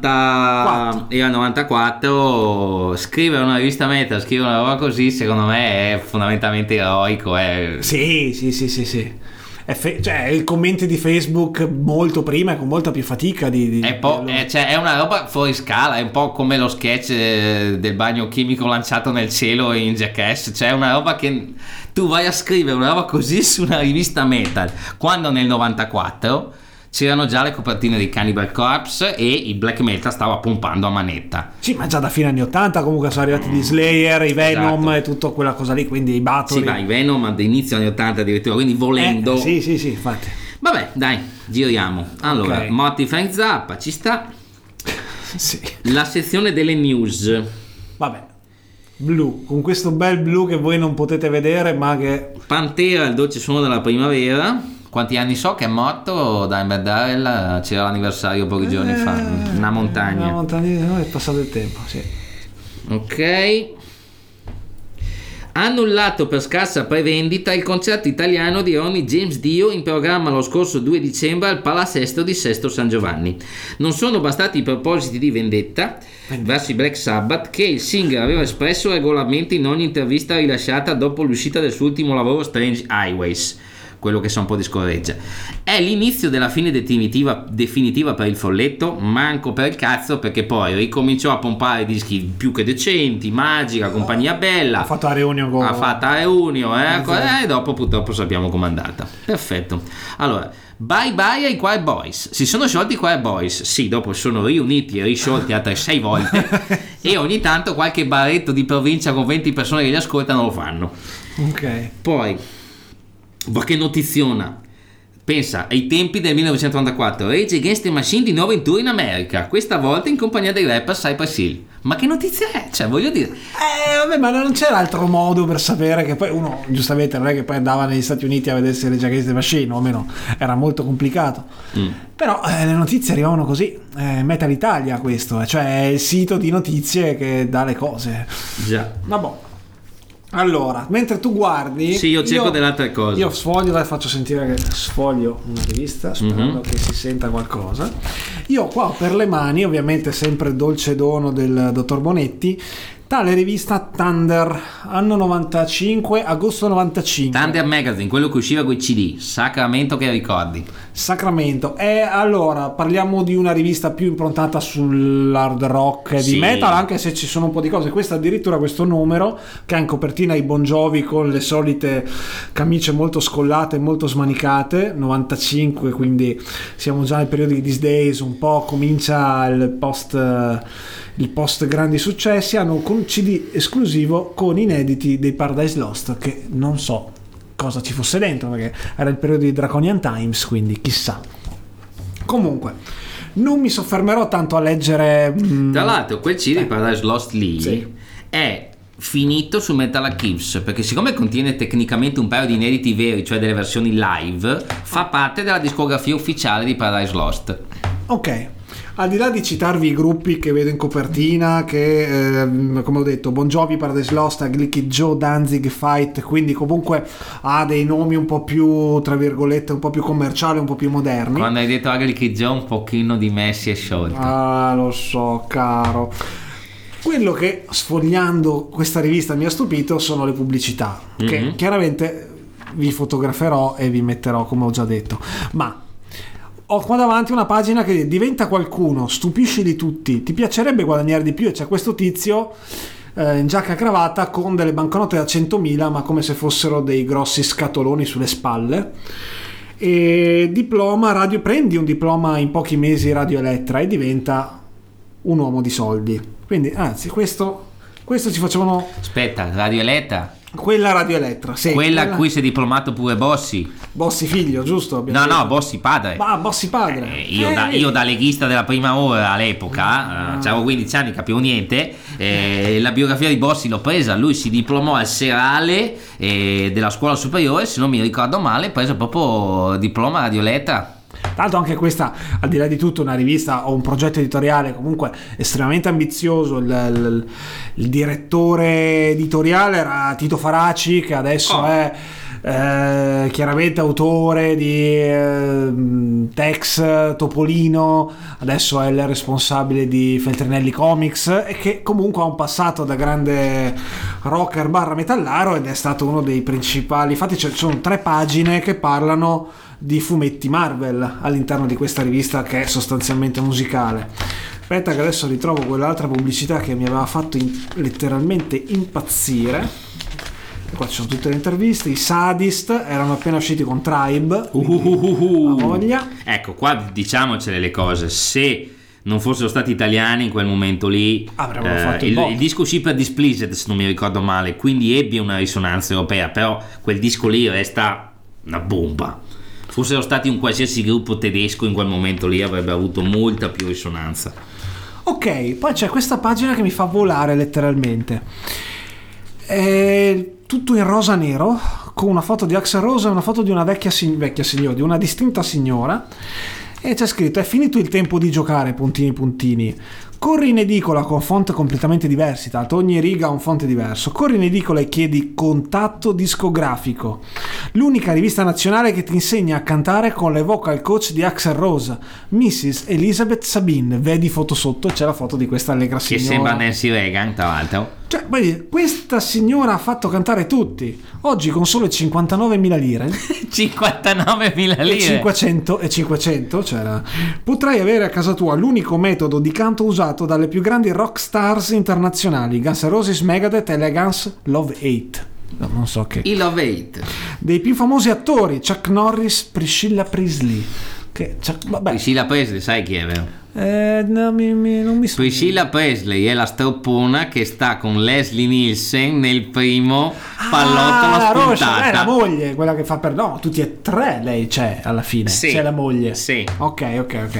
Speaker 2: 94, scrivere una rivista metal, scrivere una roba così, secondo me è fondamentalmente eroico.
Speaker 1: Sì. Cioè, i commenti di Facebook molto prima e con molta più fatica
Speaker 2: è una roba fuori scala, è un po' come lo sketch del bagno chimico lanciato nel cielo in Jackass. Cioè, è una roba che tu vai a scrivere una roba così su una rivista metal, quando nel 94 c'erano già le copertine dei Cannibal Corpse e il black metal stava pompando a manetta.
Speaker 1: Sì, ma già da fine anni 80 comunque sono arrivati gli Slayer, i Venom, esatto, e tutta quella cosa lì, quindi i Bathory.
Speaker 2: Sì, ma i Venom ad inizio anni 80 addirittura, quindi volendo.
Speaker 1: Sì, infatti.
Speaker 2: Vabbè, dai, giriamo. Allora, okay. Morty Frank Zappa, ci sta.
Speaker 1: Sì.
Speaker 2: La sezione delle news.
Speaker 1: Vabbè. blu, con questo bel blu che voi non potete vedere, ma che...
Speaker 2: Pantera, il dolce suono della primavera. Quanti anni so che è morto Dimebag Darrell? C'era l'anniversario pochi giorni fa. Una montagna,
Speaker 1: è passato il tempo, sì.
Speaker 2: Ok. Annullato per scarsa prevendita il concerto italiano di Ronnie James Dio in programma lo scorso 2 dicembre al Palasesto di Sesto San Giovanni. Non sono bastati i propositi di vendetta verso i Black Sabbath, che il singer aveva espresso regolarmente in ogni intervista rilasciata dopo l'uscita del suo ultimo lavoro Strange Highways, quello che sa un po' di scorreggia. È l'inizio della fine definitiva per il folletto, manco per il cazzo, perché poi ricominciò a pompare dischi più che decenti, Magica, Compagnia Bella,
Speaker 1: ha fatto a reunion
Speaker 2: e dopo purtroppo sappiamo com'è andata. Perfetto. Allora, bye bye ai Choir Boys. Si sono sciolti i Choir Boys, sì, dopo sono riuniti e risciolti altre 6 volte e ogni tanto qualche baretto di provincia con 20 persone che li ascoltano lo fanno.
Speaker 1: Ok.
Speaker 2: Poi ma che notiziona, pensa ai tempi del 1994, Rage Against the Machine di nuovo in tour in America, questa volta in compagnia dei rapper Cypress Hill. Ma che notizia è? Cioè, voglio dire,
Speaker 1: vabbè, ma non c'era altro modo per sapere, che poi uno giustamente non è che poi andava negli Stati Uniti a vedersi Rage Against the Machine, o almeno era molto complicato. Però le notizie arrivavano così. Metal Italia, questo, cioè è il sito di notizie che dà le cose.
Speaker 2: Già.
Speaker 1: Vabbè. Allora, mentre tu guardi,
Speaker 2: sì, io cerco delle altre cose.
Speaker 1: Io sfoglio, faccio sentire che sfoglio una rivista, sperando che si senta qualcosa. Io ho qua per le mani, ovviamente sempre il dolce dono del dottor Bonetti, tale rivista Thunder, anno 95, agosto 95.
Speaker 2: Thunder Magazine, quello che usciva con i CD, Sacramento che ricordi.
Speaker 1: Sacramento. E allora parliamo di una rivista più improntata sull'hard rock e di metal, anche se ci sono un po' di cose. Questa addirittura, questo numero che ha in copertina i Bon Jovi con le solite camicie molto scollate, molto smanicate, 95, quindi siamo già nel periodo di These Days, un po' comincia il post grandi successi. Hanno un CD esclusivo con inediti dei Paradise Lost, che non so cosa ci fosse dentro, perché era il periodo di Draconian Times, quindi chissà. Comunque non mi soffermerò tanto a leggere.
Speaker 2: Tra l'altro quel CD di Paradise Lost lì
Speaker 1: sì,
Speaker 2: è finito su Metal Archives, perché siccome contiene tecnicamente un paio di inediti veri, cioè delle versioni live, fa parte della discografia ufficiale di Paradise Lost.
Speaker 1: Ok. Al di là di citarvi i gruppi che vedo in copertina, che come ho detto, Bon Jovi, Paradise Lost, Ugly Kid Joe, Danzig, Fight, quindi comunque ha dei nomi un po' più, tra virgolette, un po' più commerciali, un po' più moderni.
Speaker 2: Quando hai detto Ugly Kid Joe un pochino di me si è sciolto.
Speaker 1: Ah, lo so, caro. Quello che sfogliando questa rivista mi ha stupito sono le pubblicità, che chiaramente vi fotograferò e vi metterò, come ho già detto, ma ho qua davanti una pagina che diventa qualcuno, stupisci di tutti, ti piacerebbe guadagnare di più, e c'è questo tizio in giacca e cravatta con delle banconote da 100.000, ma come se fossero dei grossi scatoloni sulle spalle, e prendi un diploma in pochi mesi Radio Elettra e diventa un uomo di soldi. Quindi anzi, questo ci facevano.
Speaker 2: Aspetta, Radio Elettra?
Speaker 1: Quella Radio Elettra, sì.
Speaker 2: Quella a cui si è diplomato pure Bossi.
Speaker 1: Bossi figlio, giusto?
Speaker 2: No, Bossi padre.
Speaker 1: Bossi padre.
Speaker 2: Io da leghista della prima ora all'epoca, avevo 15 anni, capivo niente. La biografia di Bossi l'ho presa. Lui si diplomò al serale della scuola superiore, se non mi ricordo male, prese proprio diploma Radio Elettra.
Speaker 1: Tanto anche questa, al di là di tutto, una rivista o un progetto editoriale comunque estremamente ambizioso. Il direttore editoriale era Tito Faraci, che adesso è chiaramente autore di Tex, Topolino, adesso è il responsabile di Feltrinelli Comics, e che comunque ha un passato da grande rocker / metallaro, ed è stato uno dei principali. Infatti ci sono 3 pagine che parlano di fumetti Marvel all'interno di questa rivista, che è sostanzialmente musicale. Aspetta che adesso ritrovo quell'altra pubblicità che mi aveva fatto letteralmente impazzire. E qua ci sono tutte le interviste. I Sadist erano appena usciti con Tribe, voglia.
Speaker 2: Ecco, qua diciamocele le cose: se non fossero stati italiani in quel momento lì,
Speaker 1: avremmo fatto
Speaker 2: il disco uscì per Displeased, se non mi ricordo male, quindi ebbe una risonanza europea, però quel disco lì resta una bomba. Fossero stati un qualsiasi gruppo tedesco in quel momento lì, avrebbe avuto molta più risonanza.
Speaker 1: Ok, poi c'è questa pagina che mi fa volare letteralmente. È tutto in rosa nero, con una foto di Axl Rose e una foto di una vecchia signora, di una distinta signora, e c'è scritto: è finito il tempo di giocare, puntini puntini. Corri in edicola con font completamente diversi, tanto ogni riga ha un font diverso. Corri in edicola e chiedi Contatto Discografico, l'unica rivista nazionale che ti insegna a cantare con le vocal coach di Axl Rose, Mrs. Elizabeth Sabine. Vedi foto sotto, c'è la foto di questa allegra signora.
Speaker 2: Che sembra Nancy Reagan, tra l'altro.
Speaker 1: Cioè, questa signora ha fatto cantare tutti. Oggi con solo 59.000 lire
Speaker 2: 59.000 lire
Speaker 1: e 500 c'era, potrai avere a casa tua l'unico metodo di canto usato dalle più grandi rock stars internazionali: Guns N' Roses, Megadeth, Elegance, Love 8. No, non so che.
Speaker 2: I Love 8.
Speaker 1: Dei più famosi attori: Chuck Norris, Priscilla Presley.
Speaker 2: Priscilla Presley, sai chi è, vero?
Speaker 1: Non mi so.
Speaker 2: Priscilla Presley è la stroppona che sta con Leslie Nielsen nel primo Pallottola spuntata.
Speaker 1: È la moglie, quella che fa no, tutti e tre lei c'è alla fine.
Speaker 2: Sì.
Speaker 1: C'è la moglie.
Speaker 2: Sì.
Speaker 1: Ok.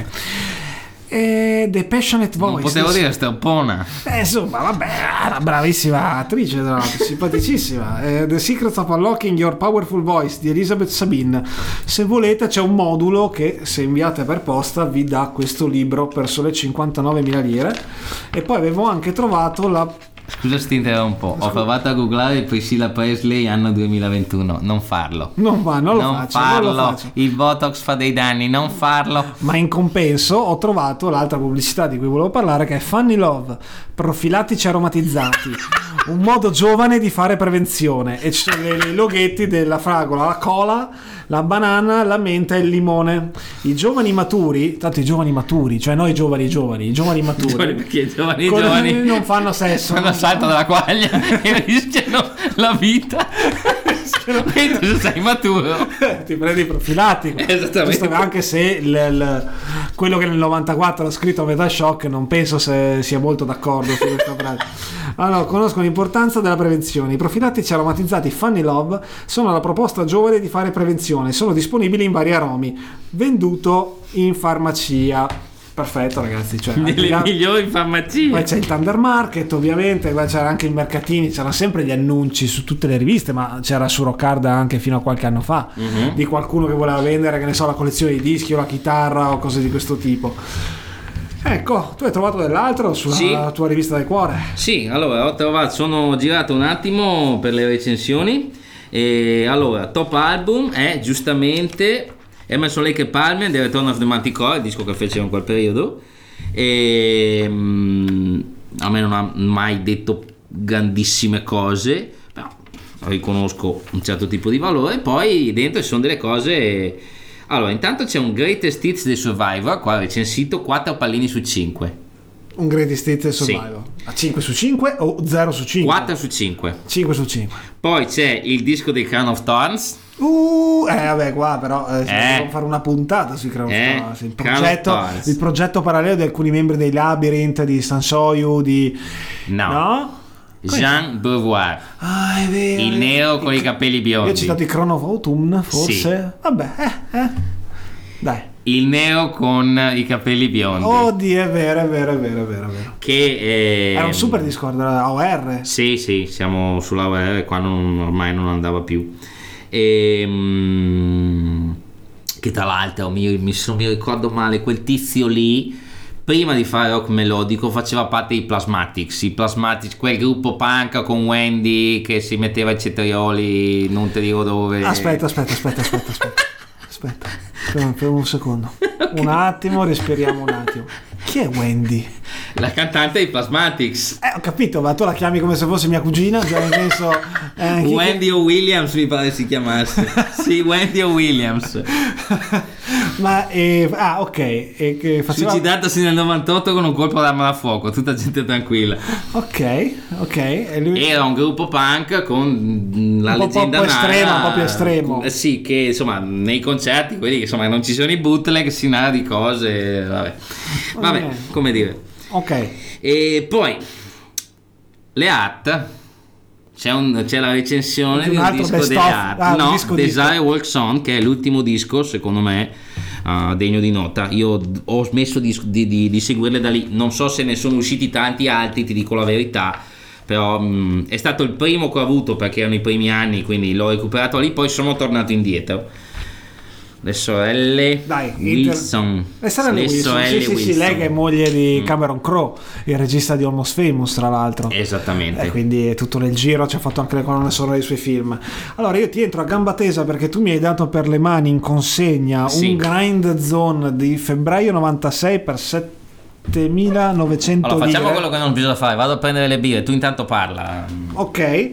Speaker 1: E The Passionate Voice.
Speaker 2: Non potevo dire stroppona.
Speaker 1: Insomma, vabbè, una bravissima attrice, simpaticissima. The Secret of Unlocking Your Powerful Voice di Elizabeth Sabine. Se volete c'è un modulo che, se inviate per posta, vi dà questo libro per sole 59.000 lire. E poi avevo anche trovato la...
Speaker 2: Scusa se ti interrompo, ho provato a googlare Priscilla Presley anno 2021, non farlo.
Speaker 1: Non lo faccio.
Speaker 2: Il Botox fa dei danni, non farlo.
Speaker 1: Ma in compenso ho trovato l'altra pubblicità di cui volevo parlare, che è Funny Love, profilattici aromatizzati, un modo giovane di fare prevenzione, e ci sono dei loghetti della fragola, la cola, la banana, la menta e il limone. I giovani maturi, tanto i giovani maturi, cioè noi giovani maturi,
Speaker 2: Perché i giovani
Speaker 1: non fanno sesso,
Speaker 2: fanno salto dalla quaglia e rischiano la vita. Mentre se sei maturo
Speaker 1: ti prendi profilattico.
Speaker 2: Esattamente.
Speaker 1: Anche se quello che nel 94 ha scritto a Metashock non penso se sia molto d'accordo su questa frase. Allora, conosco l'importanza della prevenzione. I profilattici aromatizzati Funny Love sono la proposta giovane di fare prevenzione. Sono disponibili in vari aromi, venduto in farmacia. Perfetto, ragazzi, cioè
Speaker 2: nelle migliori farmacie.
Speaker 1: Poi c'è il Thunder Market, ovviamente, poi c'era anche i mercatini, c'erano sempre gli annunci su tutte le riviste, ma c'era su Rockard anche fino a qualche anno fa, di qualcuno che voleva vendere, che ne so, la collezione di dischi o la chitarra o cose di questo tipo. Ecco, tu hai trovato dell'altro sulla tua rivista del cuore?
Speaker 2: Sì, allora sono girato un attimo per le recensioni, e allora top album è giustamente Emerson Lake e Palmer, The Return of the Manticore, il disco che fecero in quel periodo, e a me non ha mai detto grandissime cose, però riconosco un certo tipo di valore. Poi dentro ci sono delle cose. Allora, intanto c'è un Greatest Hits dei Survivor, qua recensito 4 pallini su 5.
Speaker 1: Un Greatest Hits Survivor. A 5 su 5 o 0 su 5?
Speaker 2: 4 su 5.
Speaker 1: 5 su 5.
Speaker 2: Poi c'è il disco dei Crown of Thorns.
Speaker 1: Vabbè, qua però dobbiamo fare una puntata sui Crown of Thorns. Il progetto parallelo di alcuni membri dei Labyrinth, di Sansoyu, di... No?
Speaker 2: Jean Beauvoir.
Speaker 1: È vero.
Speaker 2: Il nero con i capelli biondi.
Speaker 1: Io ho citato i Crown of Autumn, forse.
Speaker 2: Sì.
Speaker 1: Vabbè, dai.
Speaker 2: Il nero con i capelli biondi.
Speaker 1: Oddio, è vero.
Speaker 2: Che
Speaker 1: era un super disco della OR.
Speaker 2: Sì, siamo sulla OR, qua ormai non andava più. Che tra l'altro mi ricordo male, quel tizio lì prima di fare rock melodico faceva parte dei Plasmatics, quel gruppo punk con Wendy che si metteva i cetrioli, non ti dico dove.
Speaker 1: Aspetta, per un secondo. Okay. Un attimo, respiriamo un attimo. Chi è Wendy?
Speaker 2: La cantante dei Plasmatics.
Speaker 1: Ho capito, ma tu la chiami come se fosse mia cugina? Cioè, nel senso,
Speaker 2: Wendy o Williams mi pare si chiamasse. Sì, Wendy o Williams.
Speaker 1: Ma ok, che faceva...
Speaker 2: suicidatasi nel 98 con un colpo d'arma da fuoco, tutta gente tranquilla.
Speaker 1: Ok. E lui...
Speaker 2: Era un gruppo punk con la leggenda
Speaker 1: un po' più estremo.
Speaker 2: Sì, che insomma nei concerti, quelli che insomma non ci sono i bootleg, si narra di cose, vabbè, come dire.
Speaker 1: Ok.
Speaker 2: E poi le Art, c'è la recensione di un disco delle Art, Desire Walks On, che è l'ultimo disco secondo me degno di nota. Io ho smesso di seguirle da lì, non so se ne sono usciti tanti altri, ti dico la verità, però è stato il primo che ho avuto perché erano i primi anni, quindi l'ho recuperato lì, poi sono tornato indietro. Le sorelle Wilson.
Speaker 1: Le sorelle Wilson. Sì, lei che è moglie di Cameron Crowe, il regista di Almost Famous, tra l'altro.
Speaker 2: Esattamente.
Speaker 1: Quindi è tutto nel giro, ci ha fatto anche le colonne sonore dei suoi film. Allora io ti entro a gamba tesa perché tu mi hai dato per le mani in consegna un Grind Zone di febbraio 96 per 7.900
Speaker 2: allora, facciamo
Speaker 1: lire.
Speaker 2: quello che non bisogna fare, vado a prendere le birre, tu intanto parla.
Speaker 1: Ok.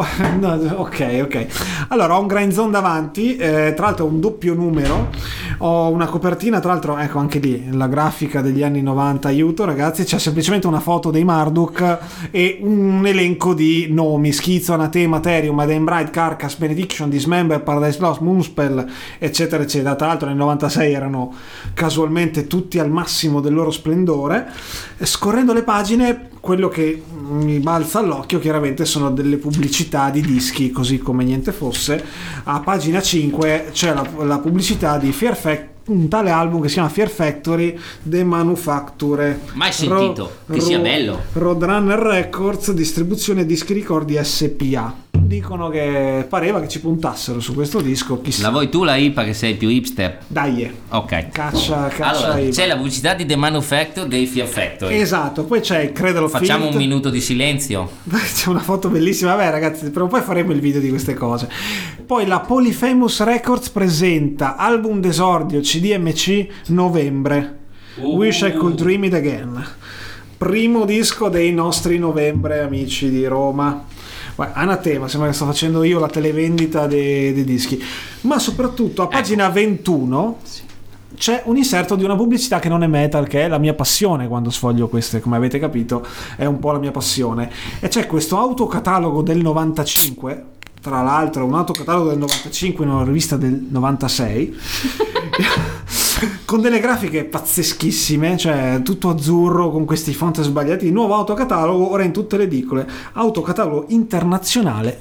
Speaker 1: Ok. Allora ho un Grind Zone davanti, tra l'altro un doppio numero, ho una copertina, tra l'altro ecco anche lì la grafica degli anni 90, aiuto ragazzi, c'è semplicemente una foto dei Marduk e un elenco di nomi: Schizzo, Anatema, Therium, Eden Bright, Carcass, Benediction, Dismember, Paradise Lost, Moonspell, eccetera eccetera. Tra l'altro nel 96 erano casualmente tutti al massimo del loro splendore. Scorrendo le pagine, quello che mi balza all'occhio chiaramente sono delle pubblicità di dischi, così come niente fosse. A pagina 5 c'è la pubblicità di un tale album che si chiama Fear Factory The Manufacture.
Speaker 2: Mai sentito, che sia bello.
Speaker 1: Roadrunner Records, distribuzione dischi ricordi SPA. Dicono che pareva che ci puntassero su questo disco. Chissà.
Speaker 2: La vuoi tu la IPA che sei più hipster?
Speaker 1: Dai.
Speaker 2: Ok.
Speaker 1: Caccia
Speaker 2: allora,
Speaker 1: IPA.
Speaker 2: c'è la pubblicità di The Manufacture dei Fear Factory.
Speaker 1: Esatto, poi c'è il Cradle of
Speaker 2: Facciamo
Speaker 1: Filth.
Speaker 2: un minuto di silenzio.
Speaker 1: C'è una foto bellissima. Vabbè ragazzi, però poi faremo il video di queste cose. Poi la Polyphemus Records presenta album d'esordio CDMC novembre. Wish I Could Dream It Again. Primo disco dei nostri novembre, amici di Roma. Anatema, sembra che sto facendo io la televendita dei dischi. Ma soprattutto a pagina 21 c'è un inserto di una pubblicità che non è metal, che è la mia passione. Quando sfoglio queste, come avete capito, è un po' la mia passione. E c'è questo autocatalogo del 95, tra l'altro un autocatalogo del 95 in una rivista del 96 con delle grafiche pazzeschissime, cioè tutto azzurro con questi font sbagliati. Il nuovo autocatalogo ora in tutte le edicole, autocatalogo internazionale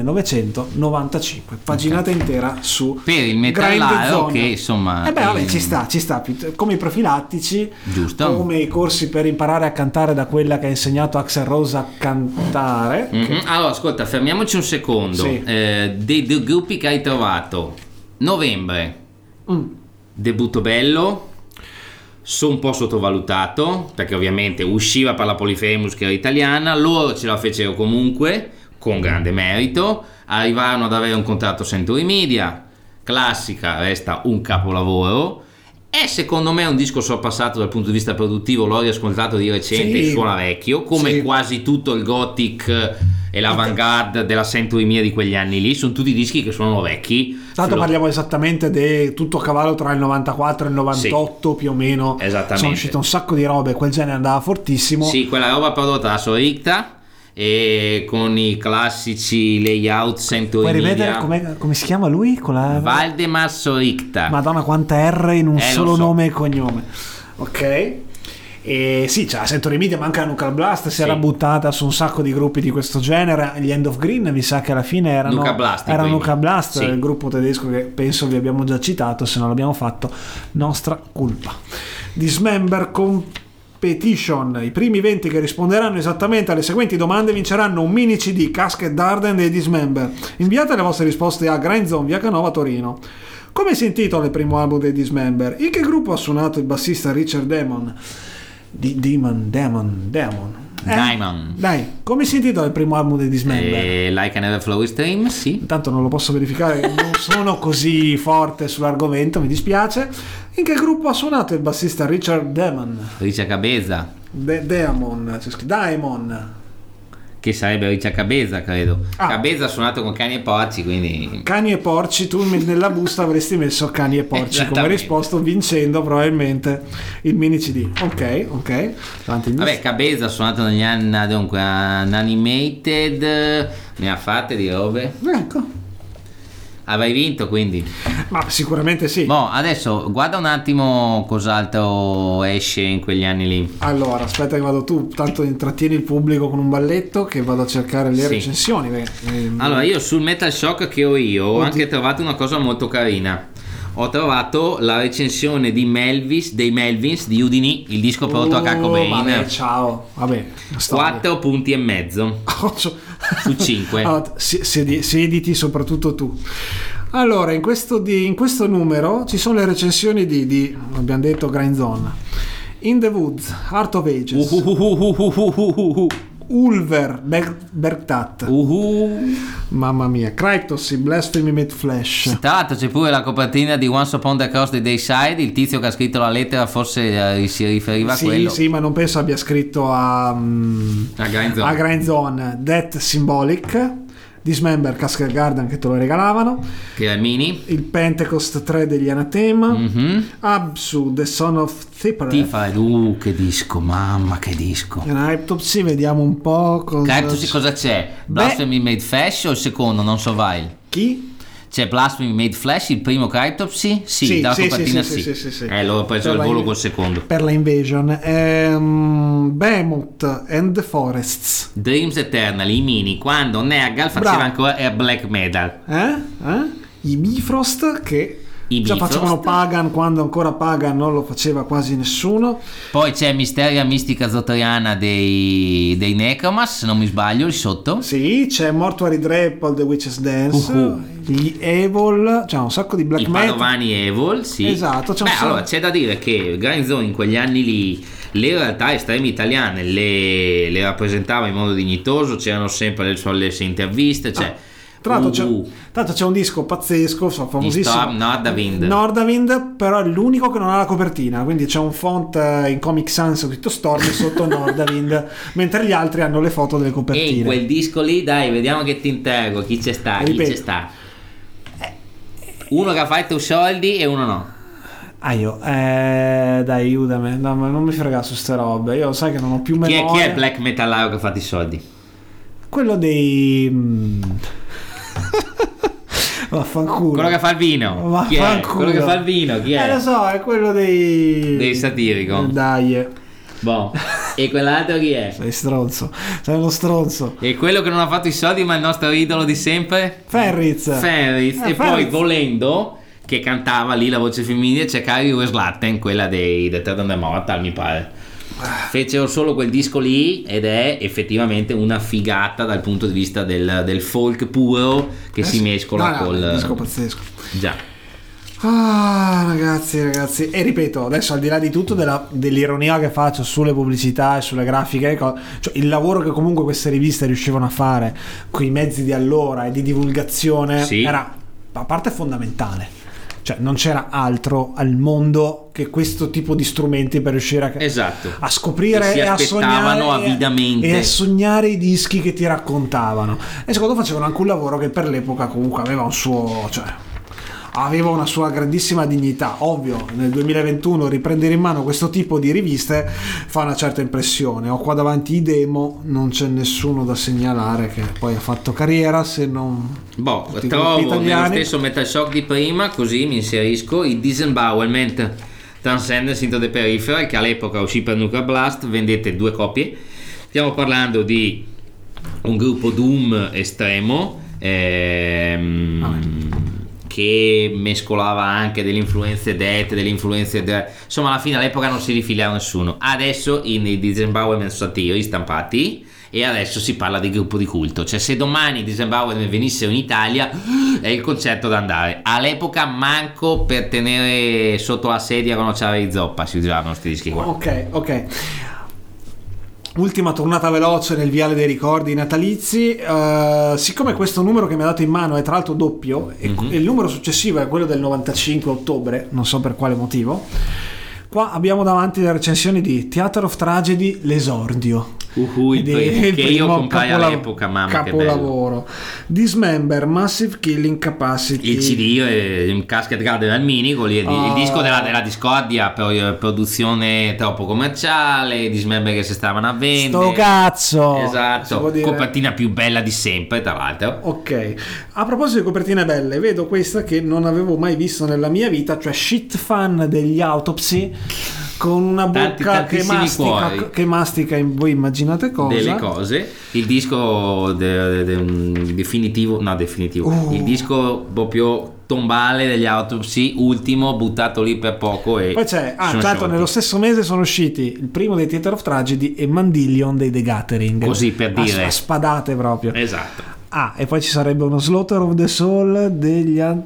Speaker 1: 1995, paginata intera su
Speaker 2: per il metallaro che insomma
Speaker 1: vabbè, ci sta come i profilattici,
Speaker 2: giusto,
Speaker 1: come i corsi per imparare a cantare da quella che ha insegnato Axl Rose a cantare.
Speaker 2: Allora ascolta, fermiamoci un secondo. Dei gruppi che hai trovato: novembre, debutto bello, un po' sottovalutato perché ovviamente usciva per la Polyphemus che era italiana, loro ce la fecero comunque con grande merito, arrivarono ad avere un contratto Century Media, classica, resta un capolavoro. È secondo me un disco sorpassato dal punto di vista produttivo, l'ho riascoltato di recente, suona vecchio come quasi tutto il gothic e l'avant-garde della Century Media di quegli anni lì, sono tutti dischi che suonano vecchi.
Speaker 1: Tanto parliamo esattamente di tutto a cavallo tra il 94 e il 98 più o meno.
Speaker 2: Esattamente.
Speaker 1: Sono uscite un sacco di robe, quel genere andava fortissimo.
Speaker 2: Sì, quella roba prodotta da Soricta e con i classici layout Century
Speaker 1: Puoi
Speaker 2: Media.
Speaker 1: rivedere come si chiama lui? Con la
Speaker 2: Valdemar Soricta.
Speaker 1: Madonna quanta R in un solo
Speaker 2: so.
Speaker 1: nome e cognome. Ok. E sì, c'è la Century Media, ma anche la Nuclear Blast si era buttata su un sacco di gruppi di questo genere. Gli End of Green mi sa che alla fine erano Nuclear Blast, il gruppo tedesco che penso vi abbiamo già citato. Se non l'abbiamo fatto, nostra colpa. Dismember Competition, i primi 20 che risponderanno esattamente alle seguenti domande vinceranno un mini CD Casket Darden dei Dismember. Inviate le vostre risposte a Grindzone, via Canova, Torino. Come si intitola il primo album dei Dismember? In che gruppo ha suonato il bassista Richard Damon? Diamond. Dai, come si intitola il primo album dei Dismember?
Speaker 2: Like an Everflowing Stream, sì.
Speaker 1: Intanto non lo posso verificare, non sono così forte sull'argomento, mi dispiace. In che gruppo ha suonato il bassista Richard Damon?
Speaker 2: Richard Cabeza.
Speaker 1: Diamond.
Speaker 2: Che sarebbe Richard Cabeza, credo. Cabeza ha suonato con Cani e Porci, quindi
Speaker 1: Cani e Porci, tu nella busta avresti messo Cani e Porci come risposto, vincendo probabilmente il mini CD. Ok.
Speaker 2: Vabbè, Cabeza ha suonato negli anni, dunque, Animated, ne ha fatte di robe.
Speaker 1: Ecco.
Speaker 2: Avrai vinto, quindi.
Speaker 1: Ma sicuramente sì.
Speaker 2: Adesso guarda un attimo cos'altro esce in quegli anni lì.
Speaker 1: Allora, aspetta che vado, tu tanto intrattieni il pubblico con un balletto che vado a cercare le recensioni.
Speaker 2: Allora, io sul Metal Shock che ho io ho anche trovato una cosa molto carina. ho trovato la recensione dei Melvins di Udini, il disco prodotto a Kurt Cobain.
Speaker 1: Vabbè, ciao. Vabbè,
Speaker 2: 4 punti e mezzo su 5.
Speaker 1: Allora, siediti soprattutto tu. Allora, in questo numero ci sono le recensioni di abbiamo detto, Grind Zone, In the Woods, Heart of Ages, Ulver, Bergtat, mamma mia, Cryptos, Blasphemy Made Flesh.
Speaker 2: Tra l'altro c'è pure la copertina di Once Upon the Cross the Dayside, il tizio che ha scritto la lettera forse si riferiva a quello.
Speaker 1: Sì, ma non penso abbia scritto a Grind Zone. Death Symbolic, Dismember, Cascade Garden, che te lo regalavano, che
Speaker 2: è mini,
Speaker 1: il Pentecost 3 degli Anatema, Absu, The Son of Tifaret,
Speaker 2: che disco, mamma che disco.
Speaker 1: Cryptopsy, vediamo un po'
Speaker 2: cosa c'è. Blasphemy Made Flesh o il secondo, non so vai.
Speaker 1: Chi?
Speaker 2: C'è Blasphemy Made Flesh, il primo Cryptopsy? Sì, dalla copertina sì. L'ho preso al volo col secondo.
Speaker 1: Per la Invasion. Behemoth and the Forests.
Speaker 2: Dreams Eternal, i mini, quando Nergal faceva ancora black metal.
Speaker 1: I Bifrost, che già facevano Pagan quando ancora Pagan non lo faceva quasi nessuno.
Speaker 2: Poi c'è Misteria Mistica Zoteriana dei Necromas, se non mi sbaglio, lì sotto.
Speaker 1: Sì, c'è Mortuary Drapel, The Witch's Dance, gli Evil, c'è un sacco di black metal.
Speaker 2: I Padovani Evil, sì.
Speaker 1: Esatto.
Speaker 2: Allora c'è da dire che Grind Zone in quegli anni lì le realtà estreme italiane le rappresentava in modo dignitoso, c'erano sempre le solite interviste,
Speaker 1: tra l'altro c'è un disco pazzesco, famosissimo, Nordavind, però è l'unico che non ha la copertina, quindi c'è un font in Comic Sans scritto Storm sotto Nordavind, mentre gli altri hanno le foto delle copertine.
Speaker 2: E in quel disco lì, dai, vediamo che ti interrogo, chi c'è sta? Uno che ha fatto soldi e uno no.
Speaker 1: Dai, aiutami, no, ma non mi frega su ste robe, io sai che non ho più memoria.
Speaker 2: Chi è il black metallaro che ha fatto i soldi?
Speaker 1: Quello dei vaffanculo,
Speaker 2: quello che fa il vino. Chi è? Quello che fa il vino, chi è?
Speaker 1: Lo so, è quello dei
Speaker 2: Satirico.
Speaker 1: Dai.
Speaker 2: Boh. E quell'altro chi è?
Speaker 1: Sei uno stronzo.
Speaker 2: E quello che non ha fatto i soldi, ma il nostro idolo di sempre?
Speaker 1: Ferriz.
Speaker 2: E poi volendo, che cantava lì la voce femminile, c'è Kari Weslatten, quella dei The Third and the Mortal, mi pare. Fecero solo quel disco lì ed è effettivamente una figata dal punto di vista del folk puro che si mescola col...
Speaker 1: È un disco pazzesco.
Speaker 2: Già.
Speaker 1: Ragazzi, e ripeto, adesso al di là di tutto dell'ironia che faccio sulle pubblicità e sulle grafiche, cioè il lavoro che comunque queste riviste riuscivano a fare con i mezzi di allora e di divulgazione era a parte fondamentale. Cioè non c'era altro al mondo che questo tipo di strumenti per riuscire a scoprire e a sognare
Speaker 2: avidamente
Speaker 1: e a sognare i dischi che ti raccontavano. E secondo me facevano anche un lavoro che per l'epoca comunque aveva una sua grandissima dignità. Ovvio, nel 2021 riprendere in mano questo tipo di riviste fa una certa impressione. Ho qua davanti i demo, non c'è nessuno da segnalare che poi ha fatto carriera, se non
Speaker 2: trovo nello stesso Metal Shock di prima, così mi inserisco il Disembowelment Transcendence into the Peripheral, che all'epoca uscì per Nuclear Blast, vendette 2 copie. Stiamo parlando di un gruppo doom estremo che mescolava anche delle influenze death, insomma alla fine all'epoca non si rifilava nessuno. Adesso i Disembowelment sono stati ristampati e adesso si parla di gruppo di culto, cioè se domani i Disembowelment venissero in Italia è il concerto da andare. All'epoca manco per tenere sotto la sedia quando c'era i zoppa si usavano questi dischi qua.
Speaker 1: Ok. Ultima tornata veloce nel viale dei ricordi natalizi. Siccome questo numero che mi ha dato in mano è tra l'altro doppio e il numero successivo è quello del 95 ottobre, non so per quale motivo, qua abbiamo davanti le recensioni di Theater of Tragedy, l'esordio,
Speaker 2: che io comprai all'epoca, mamma
Speaker 1: capolavoro. Dismember, Massive Killing Capacity,
Speaker 2: il CD è Cascade Garden al minico lì, il disco della discordia per produzione troppo commerciale, Dismember che si stavano a vendere,
Speaker 1: sto cazzo,
Speaker 2: esatto, copertina più bella di sempre tra l'altro.
Speaker 1: Ok, a proposito di copertine belle, vedo questa che non avevo mai visto nella mia vita, cioè Shit Fan degli Autopsy, con una bocca che mastica voi immaginate cosa,
Speaker 2: delle cose. Il disco definitivo il disco proprio tombale degli Autopsy, ultimo buttato lì per poco, e
Speaker 1: poi c'è tra l'altro nello stesso mese sono usciti il primo dei Theater of Tragedy e Mandillion dei The Gathering,
Speaker 2: così per dire,
Speaker 1: a spadate proprio.
Speaker 2: Esatto.
Speaker 1: E poi ci sarebbe uno Slaughter of the Soul degli
Speaker 2: non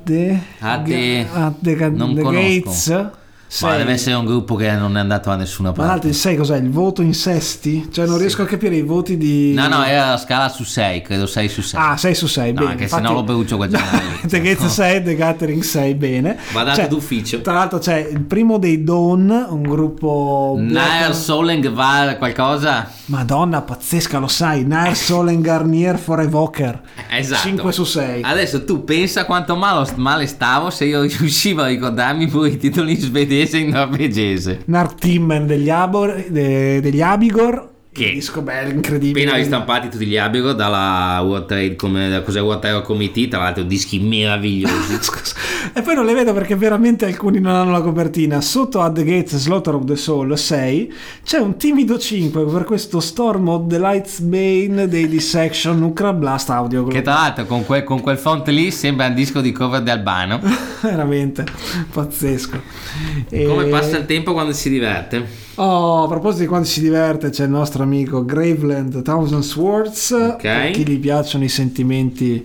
Speaker 1: Gates.
Speaker 2: Ma deve essere un gruppo che non è andato a nessuna parte.
Speaker 1: Ma l'altro, sai cos'è? Il voto in sesti? Cioè non riesco a capire i voti di...
Speaker 2: No, era la scala su 6, credo 6 su 6.
Speaker 1: 6 su 6,
Speaker 2: no,
Speaker 1: bene.
Speaker 2: Anche
Speaker 1: infatti,
Speaker 2: se no lo brucio quel giorno.
Speaker 1: The Gates 6, The Gathering 6, bene.
Speaker 2: Va dato d'ufficio.
Speaker 1: Tra l'altro c'è il primo dei Dawn, un gruppo...
Speaker 2: Nair Soling va qualcosa?
Speaker 1: Madonna, pazzesca, lo sai. Nair Soling Garnier for Evoker.
Speaker 2: Esatto.
Speaker 1: 5 su 6.
Speaker 2: Adesso tu pensa quanto male stavo se io riuscivo a ricordarmi pure i titoli in svedese e in norvegese.
Speaker 1: Nartimmen degli Abigor,
Speaker 2: che
Speaker 1: disco bello, incredibile,
Speaker 2: appena ristampati tutti gli Abigor dalla World Trade, come cos'è, World Trade Committee, tra l'altro dischi meravigliosi.
Speaker 1: E poi non le vedo perché veramente alcuni non hanno la copertina. Sotto a The Gates Slaughter of the Soul 6 c'è un timido 5 per questo Storm of the Light's Bane dei Dissection Nuclear Blast Audio,
Speaker 2: che tra l'altro con quel font lì sembra un disco di cover di Albano.
Speaker 1: Veramente pazzesco.
Speaker 2: Come passa il tempo quando si diverte.
Speaker 1: A proposito di quando si diverte, c'è il nostro amico Graveland Thousand Swords, per chi gli piacciono i sentimenti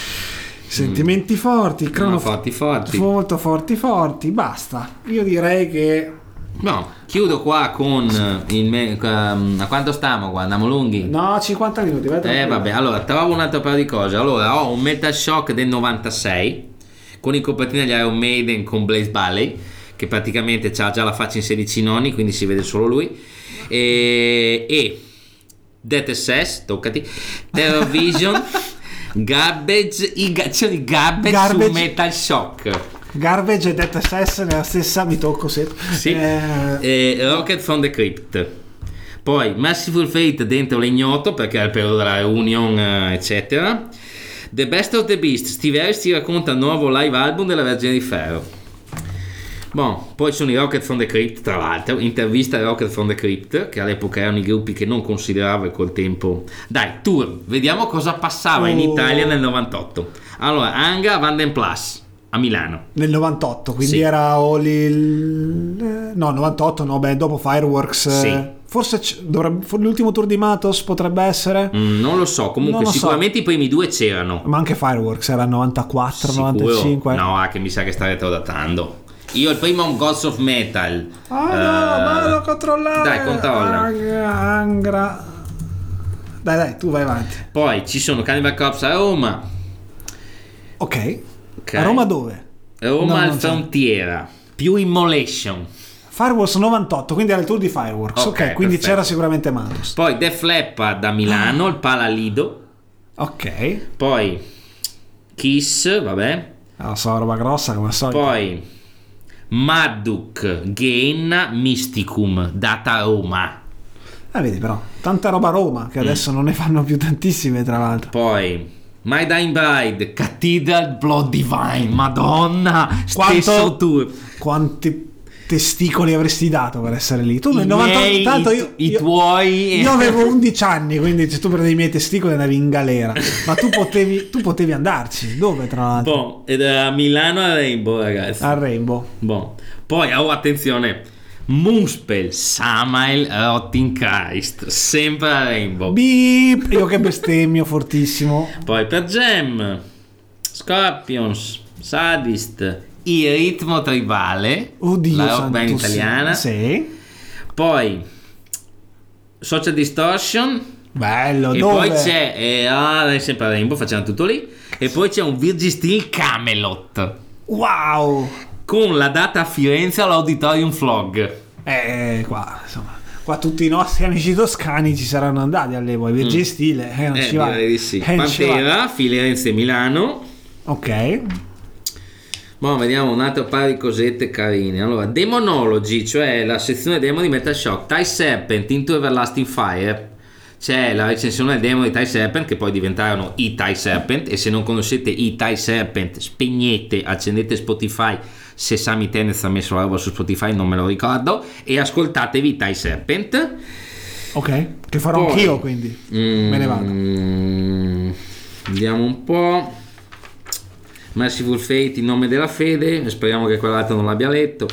Speaker 1: forti,
Speaker 2: forti,
Speaker 1: molto forti. Basta, io direi che
Speaker 2: chiudo qua con a quanto stiamo qua? Andiamo lunghi?
Speaker 1: No, 50 minuti.
Speaker 2: Vabbè, allora trovo un altro paio di cose. Allora ho un Metal Shock del 96 con in copertina gli Iron Maiden con Blaze Bailey, che praticamente ha già la faccia in 16 nonni, quindi si vede solo lui, e Death SS, toccati, Terror Vision, Garbage su Metal Shock,
Speaker 1: Garbage e Death SS nella stessa, mi tocco sempre.
Speaker 2: Sì. Rocket from the Crypt. Poi Merciful Fate dentro l'ignoto, perché è il periodo della reunion, eccetera. The Best of the Beast, Steve Harris ti racconta il nuovo live album della Vergine di Ferro. Poi sono i Rocket from the Crypt, tra l'altro, intervista ai Rocket from the Crypt, che all'epoca erano i gruppi che non consideravo col tempo. Dai, tour, vediamo cosa passava in Italia nel 98. Allora, Angra Van Den Plas a Milano.
Speaker 1: Nel 98, quindi era no, 98 no, dopo Fireworks.
Speaker 2: Sì.
Speaker 1: Forse l'ultimo tour di Matos potrebbe essere?
Speaker 2: Non lo so, comunque non lo sicuramente i primi due c'erano.
Speaker 1: Ma anche Fireworks era 94, sicuro? 95.
Speaker 2: No, che mi sa che sta retrodatando. Io il primo è un Gods of Metal.
Speaker 1: No, vado a controllare.
Speaker 2: Dai, controlla.
Speaker 1: Angra. Dai, tu vai avanti.
Speaker 2: Poi ci sono Cannibal Corpse a Roma.
Speaker 1: Ok. A Roma dove?
Speaker 2: Roma al Frontiera. Più Immolation.
Speaker 1: Fireworks 98, quindi era il tour di Fireworks. Ok, quindi perfetto. C'era sicuramente Manos.
Speaker 2: Poi Def Leppard da Milano, il Palalido.
Speaker 1: Ok.
Speaker 2: Poi Kiss, vabbè.
Speaker 1: So, roba grossa come al solito.
Speaker 2: Poi Marduk, Gain, Mysticum, data Roma.
Speaker 1: Vedi però, tanta roba a Roma, che adesso non ne fanno più tantissime tra l'altro.
Speaker 2: Poi My Dying Bride, Cathedral Blood Divine, Madonna, stesso tour.
Speaker 1: Quanti testicoli avresti dato per essere lì? Tu nel 98, tanto
Speaker 2: i tuoi.
Speaker 1: Io avevo 11 anni, quindi se tu prendevi i miei testicoli andavi in galera. Ma tu potevi andarci. Dove tra l'altro?
Speaker 2: Ed era a Milano al Rainbow, ragazzi.
Speaker 1: Al Rainbow.
Speaker 2: Poi attenzione, Muspel, Samael, Rotting Christ, sempre al Rainbow.
Speaker 1: Beep, io che bestemmio fortissimo.
Speaker 2: Poi per Jam, Scorpions, Sadist, Il Ritmo Tribale, la rock band italiana.
Speaker 1: Sì.
Speaker 2: Poi Social Distortion.
Speaker 1: Bello,
Speaker 2: e
Speaker 1: dove?
Speaker 2: Poi c'è sempre Rainbow, facciamo tutto lì. E poi c'è un Virgin Steel Camelot.
Speaker 1: Wow!
Speaker 2: Con la data a Firenze all'Auditorium Flog.
Speaker 1: Qua tutti i nostri amici toscani ci saranno andati all'epoca. Virgin Steel, non ci va.
Speaker 2: Direi di sì. Pantera, Firenze, Milano.
Speaker 1: Ok.
Speaker 2: Vediamo un altro paio di cosette carine. Allora, Demonology, cioè la sezione demo di Metal Shock, Tie Serpent, Into Everlasting Fire. C'è la recensione del demo di Tie Serpent, che poi diventarono i Tie Serpent. E se non conoscete i Tie Serpent, spegnete, accendete Spotify. Se Sami Tenez ha messo la roba su Spotify non me lo ricordo, e ascoltatevi Tie Serpent.
Speaker 1: Ok, che farò anch'io, quindi me ne vado.
Speaker 2: Vediamo un po'. Merciful Fate, in nome della fede, speriamo che quell'altro non l'abbia letto.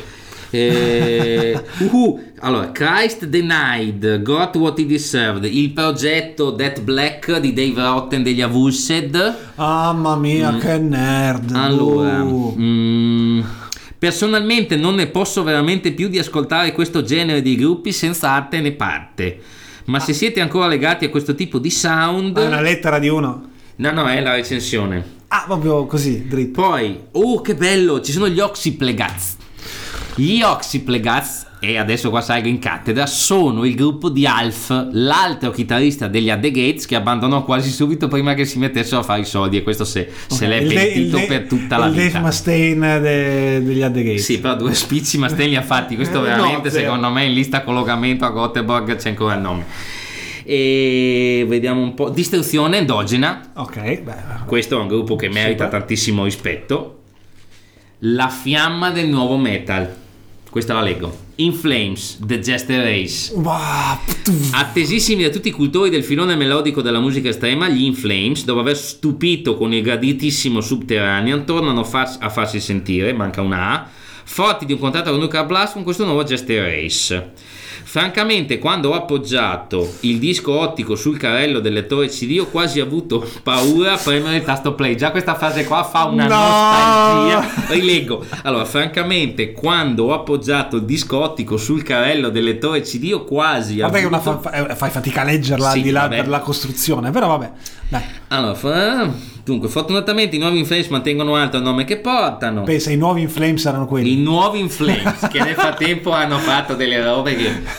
Speaker 2: Allora, Christ Denied, Got What He Deserved, il progetto Death Black di Dave Rotten degli Avulsed.
Speaker 1: Mamma mia, che nerd.
Speaker 2: Allora, personalmente non ne posso veramente più di ascoltare questo genere di gruppi senza arte né parte, ma se siete ancora legati a questo tipo di sound...
Speaker 1: È una lettera di uno?
Speaker 2: No, è la recensione.
Speaker 1: Ah, proprio così, dritto.
Speaker 2: Poi, che bello, ci sono gli Oxyplegats. Gli Oxyplegats, e adesso qua salgo in cattedra, sono il gruppo di Alf, l'altro chitarrista degli At The Gates, che abbandonò quasi subito prima che si mettessero a fare i soldi, e questo se l'è pentito per tutta la vita.
Speaker 1: Il Dave Mustaine degli At The Gates.
Speaker 2: Sì, però 2 spicci Mustaine li ha fatti, questo veramente secondo me in lista collocamento a Göteborg c'è ancora il nome. E vediamo un po'. Distruzione endogena.
Speaker 1: Ok, beh.
Speaker 2: Questo è un gruppo che merita tantissimo rispetto. La fiamma del nuovo metal. Questa la leggo. In Flames, The Jester Race. Attesissimi da tutti i cultori del filone melodico della musica estrema, gli In Flames, dopo aver stupito con il graditissimo Subterranean, tornano a farsi sentire, manca una A, forti di un contratto con Nuclear Blast con questo nuovo Jester Race. Francamente, quando ho appoggiato il disco ottico sul carrello del lettore CD ho quasi avuto paura a premere il tasto play. Già questa frase qua fa una nostalgia. Rileggo. Allora, francamente, quando ho appoggiato il disco ottico sul carrello del lettore CD ho quasi avuto...
Speaker 1: fai fatica a leggerla,
Speaker 2: sì,
Speaker 1: al di là per la costruzione, però vabbè, dai.
Speaker 2: Allora, dunque, fortunatamente i nuovi In Flames mantengono alto il nome che portano.
Speaker 1: Pensa, i nuovi In Flames erano quelli.
Speaker 2: I nuovi In Flames, che nel frattempo hanno fatto delle robe che...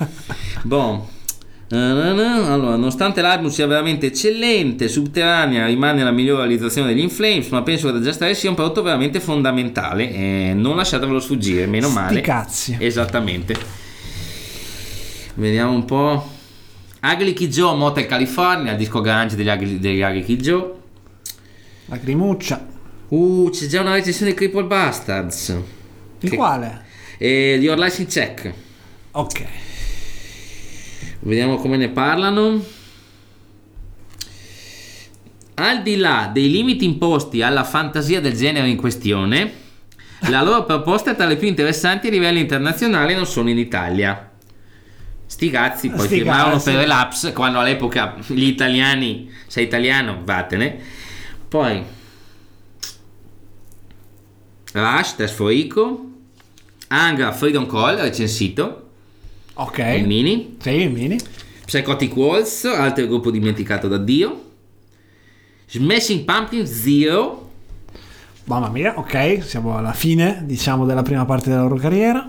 Speaker 2: Allora, nonostante l'album sia veramente eccellente, Subterranea rimane la migliore realizzazione degli In Flames, ma penso che The Just Race sia un prodotto veramente fondamentale e non lasciatevelo sfuggire, meno male.
Speaker 1: Sti cazzi.
Speaker 2: Esattamente. Vediamo un po'. Ugly Kid Joe, Motel California, il disco grunge degli Ugly Kid Joe.
Speaker 1: Lacrimuccia.
Speaker 2: C'è già una recensione di Cripple Bastards.
Speaker 1: Quale?
Speaker 2: Your License Check.
Speaker 1: Ok.
Speaker 2: Vediamo come ne parlano. Al di là dei limiti imposti alla fantasia del genere in questione, la loro proposta è tra le più interessanti a livello internazionale, non solo in Italia. Sti cazzi, poi firmarono per Relapse quando all'epoca gli italiani, sei italiano, vattene. Poi Rush, Test for Ico, Angra, Freedom Call, recensito.
Speaker 1: Ok.
Speaker 2: Il mini.
Speaker 1: Sì, il mini.
Speaker 2: Psychotic Waltz, altro gruppo dimenticato da Dio. Smashing Pumpkins, Zero.
Speaker 1: Mamma mia, ok, siamo alla fine, diciamo, della prima parte della loro carriera.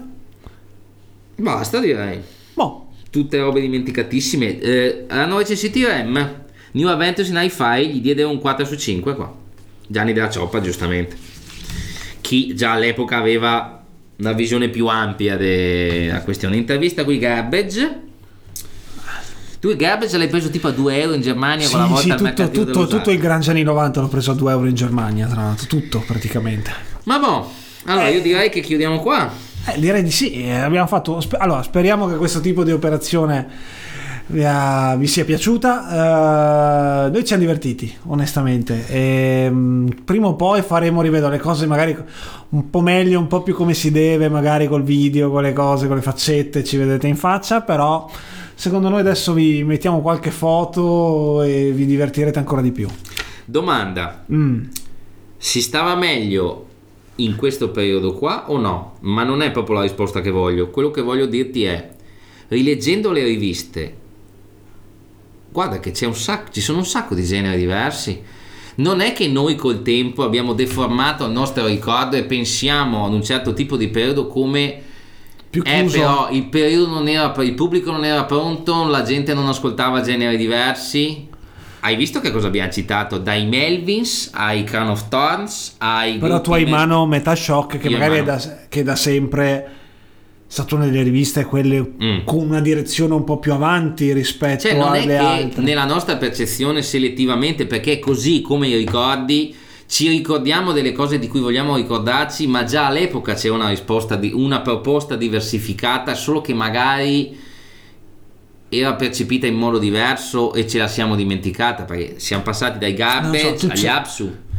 Speaker 2: Basta, direi. Tutte robe dimenticatissime. Hanno recensito i Rem. New Adventures in Hi-Fi, gli diede un 4 su 5 qua. Gianni della Cioppa, giustamente. Chi già all'epoca aveva una visione più ampia della questione. Intervista qui Garbage. Tu il Garbage l'hai preso tipo a 2 euro in Germania,
Speaker 1: sì,
Speaker 2: con la volta al
Speaker 1: mercatino tutto il grunge anni 90 l'ho preso a 2 euro in Germania, tra l'altro, tutto praticamente.
Speaker 2: Ma allora io direi che chiudiamo qua.
Speaker 1: Direi di sì, abbiamo fatto. Allora, speriamo che questo tipo di operazione vi sia piaciuta. Noi ci siamo divertiti, onestamente. Prima o poi faremo, rivedo le cose magari un po' meglio, un po' più come si deve, magari col video, con le cose, con le faccette, ci vedete in faccia, però secondo noi adesso vi mettiamo qualche foto e vi divertirete ancora di più.
Speaker 2: Domanda: si stava meglio in questo periodo qua o no? Ma non è proprio la risposta che voglio. Quello che voglio dirti è, rileggendo le riviste, guarda che ci sono un sacco di generi diversi. Non è che noi col tempo abbiamo deformato il nostro ricordo e pensiamo ad un certo tipo di periodo come
Speaker 1: più chiuso.
Speaker 2: Però il periodo non era, il pubblico non era pronto, la gente non ascoltava generi diversi. Hai visto che cosa abbiamo citato? Dai Melvins ai Crown of Thorns ai...
Speaker 1: Però tu hai in mano Metashock, che magari è da sempre stato nelle riviste quelle con una direzione un po' più avanti rispetto alle altre.
Speaker 2: Nella nostra percezione selettivamente, perché così come i ricordi ci ricordiamo delle cose di cui vogliamo ricordarci, ma già all'epoca c'era una proposta diversificata, solo che magari era percepita in modo diverso e ce la siamo dimenticata, perché siamo passati dai Garbage agli Absu.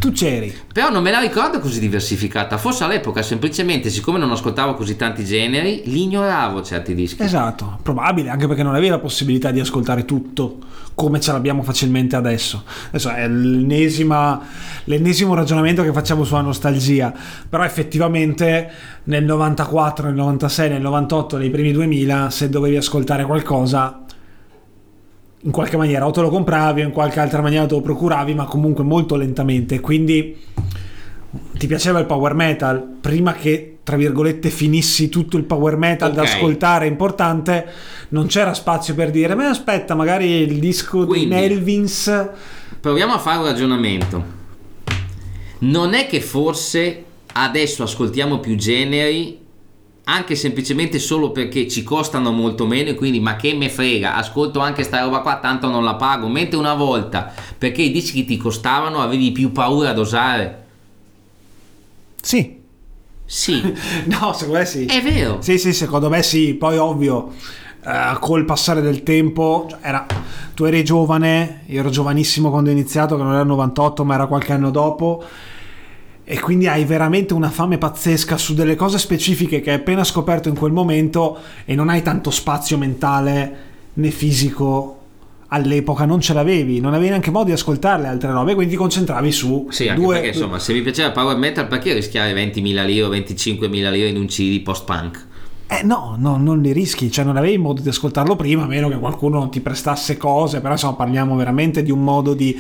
Speaker 1: Tu c'eri.
Speaker 2: Però non me la ricordo così diversificata. Forse all'epoca semplicemente, siccome non ascoltavo così tanti generi, li ignoravo certi dischi.
Speaker 1: Esatto, probabile, anche perché non avevi la possibilità di ascoltare tutto come ce l'abbiamo facilmente adesso. Adesso è l'ennesimo ragionamento che facciamo sulla nostalgia, però effettivamente nel 94, nel 96, nel 98, nei primi 2000, se dovevi ascoltare qualcosa, in qualche maniera o te lo compravi o in qualche altra maniera te lo procuravi, ma comunque molto lentamente. Quindi ti piaceva il power metal, prima che tra virgolette finissi tutto il power metal da ascoltare importante, non c'era spazio per dire ma aspetta, magari il disco di Melvins.
Speaker 2: Proviamo a fare un ragionamento. Non è che forse adesso ascoltiamo più generi anche semplicemente solo perché ci costano molto meno e quindi ma che me frega, ascolto anche sta roba qua, tanto non la pago, mentre una volta perché i dischi ti costavano avevi più paura ad osare?
Speaker 1: Sì. No, secondo me sì.
Speaker 2: È vero.
Speaker 1: Sì, secondo me sì. Poi ovvio, col passare del tempo, tu eri giovane, io ero giovanissimo quando ho iniziato, che non era il 98 ma era qualche anno dopo, e quindi hai veramente una fame pazzesca su delle cose specifiche che hai appena scoperto in quel momento e non hai tanto spazio mentale né fisico. All'epoca non ce l'avevi, non avevi neanche modo di ascoltarle altre robe, quindi ti concentravi su
Speaker 2: perché insomma, se mi piaceva power metal, perché rischiare 20.000 lire o 25.000 lire in un CD post-punk?
Speaker 1: No, non li rischi, cioè non avevi modo di ascoltarlo prima, a meno che qualcuno non ti prestasse cose, però insomma parliamo veramente di un modo di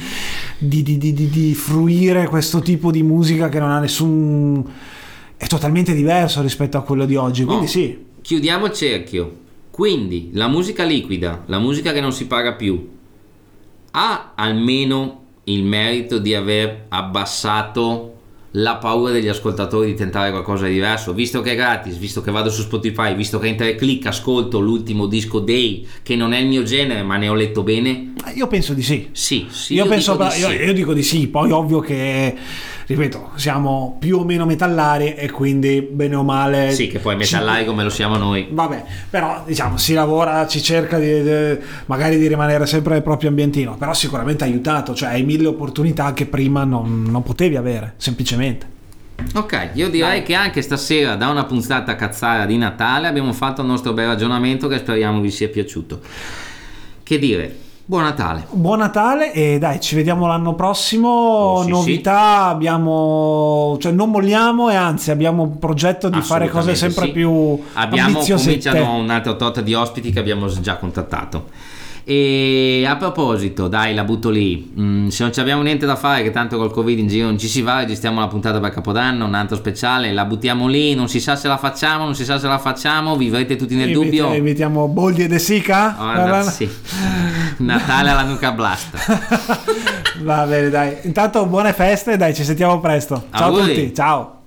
Speaker 1: fruire questo tipo di musica che non ha nessun... è totalmente diverso rispetto a quello di oggi, quindi sì.
Speaker 2: Chiudiamo il cerchio. Quindi la musica liquida, la musica che non si paga più, ha almeno il merito di aver abbassato la paura degli ascoltatori di tentare qualcosa di diverso, visto che è gratis, visto che vado su Spotify, visto che in 3 click ascolto l'ultimo disco Day, che non è il mio genere ma ne ho letto bene?
Speaker 1: Io penso di sì.
Speaker 2: Sì,
Speaker 1: io dico di sì. Poi ovvio che, ripeto, siamo più o meno metallari e quindi bene o male
Speaker 2: sì, che poi metallari come lo siamo noi,
Speaker 1: vabbè, però diciamo si lavora, si cerca magari di rimanere sempre nel proprio ambientino, però sicuramente ha aiutato, cioè hai 1000 opportunità che prima non potevi avere semplicemente.
Speaker 2: Ok, io direi che anche stasera, da una puntata cazzara di Natale, abbiamo fatto il nostro bel ragionamento che speriamo vi sia piaciuto. Che dire, buon Natale e dai, ci vediamo l'anno prossimo. Novità. Abbiamo, cioè non molliamo, e anzi abbiamo un progetto di fare cose sempre più cominciano un altro tot di ospiti che abbiamo già contattato. E a proposito, dai, la butto lì, se non abbiamo niente da fare, che tanto col Covid in giro non ci si va, registriamo la puntata per Capodanno, un altro speciale, la buttiamo lì, non si sa se la facciamo, vivrete tutti nel dubbio.
Speaker 1: Invitiamo Boldi e De Sica?
Speaker 2: Sì. Natale alla Nuca Blast.
Speaker 1: Va bene, dai, intanto buone feste, dai, ci sentiamo presto. Ciao a tutti, ciao.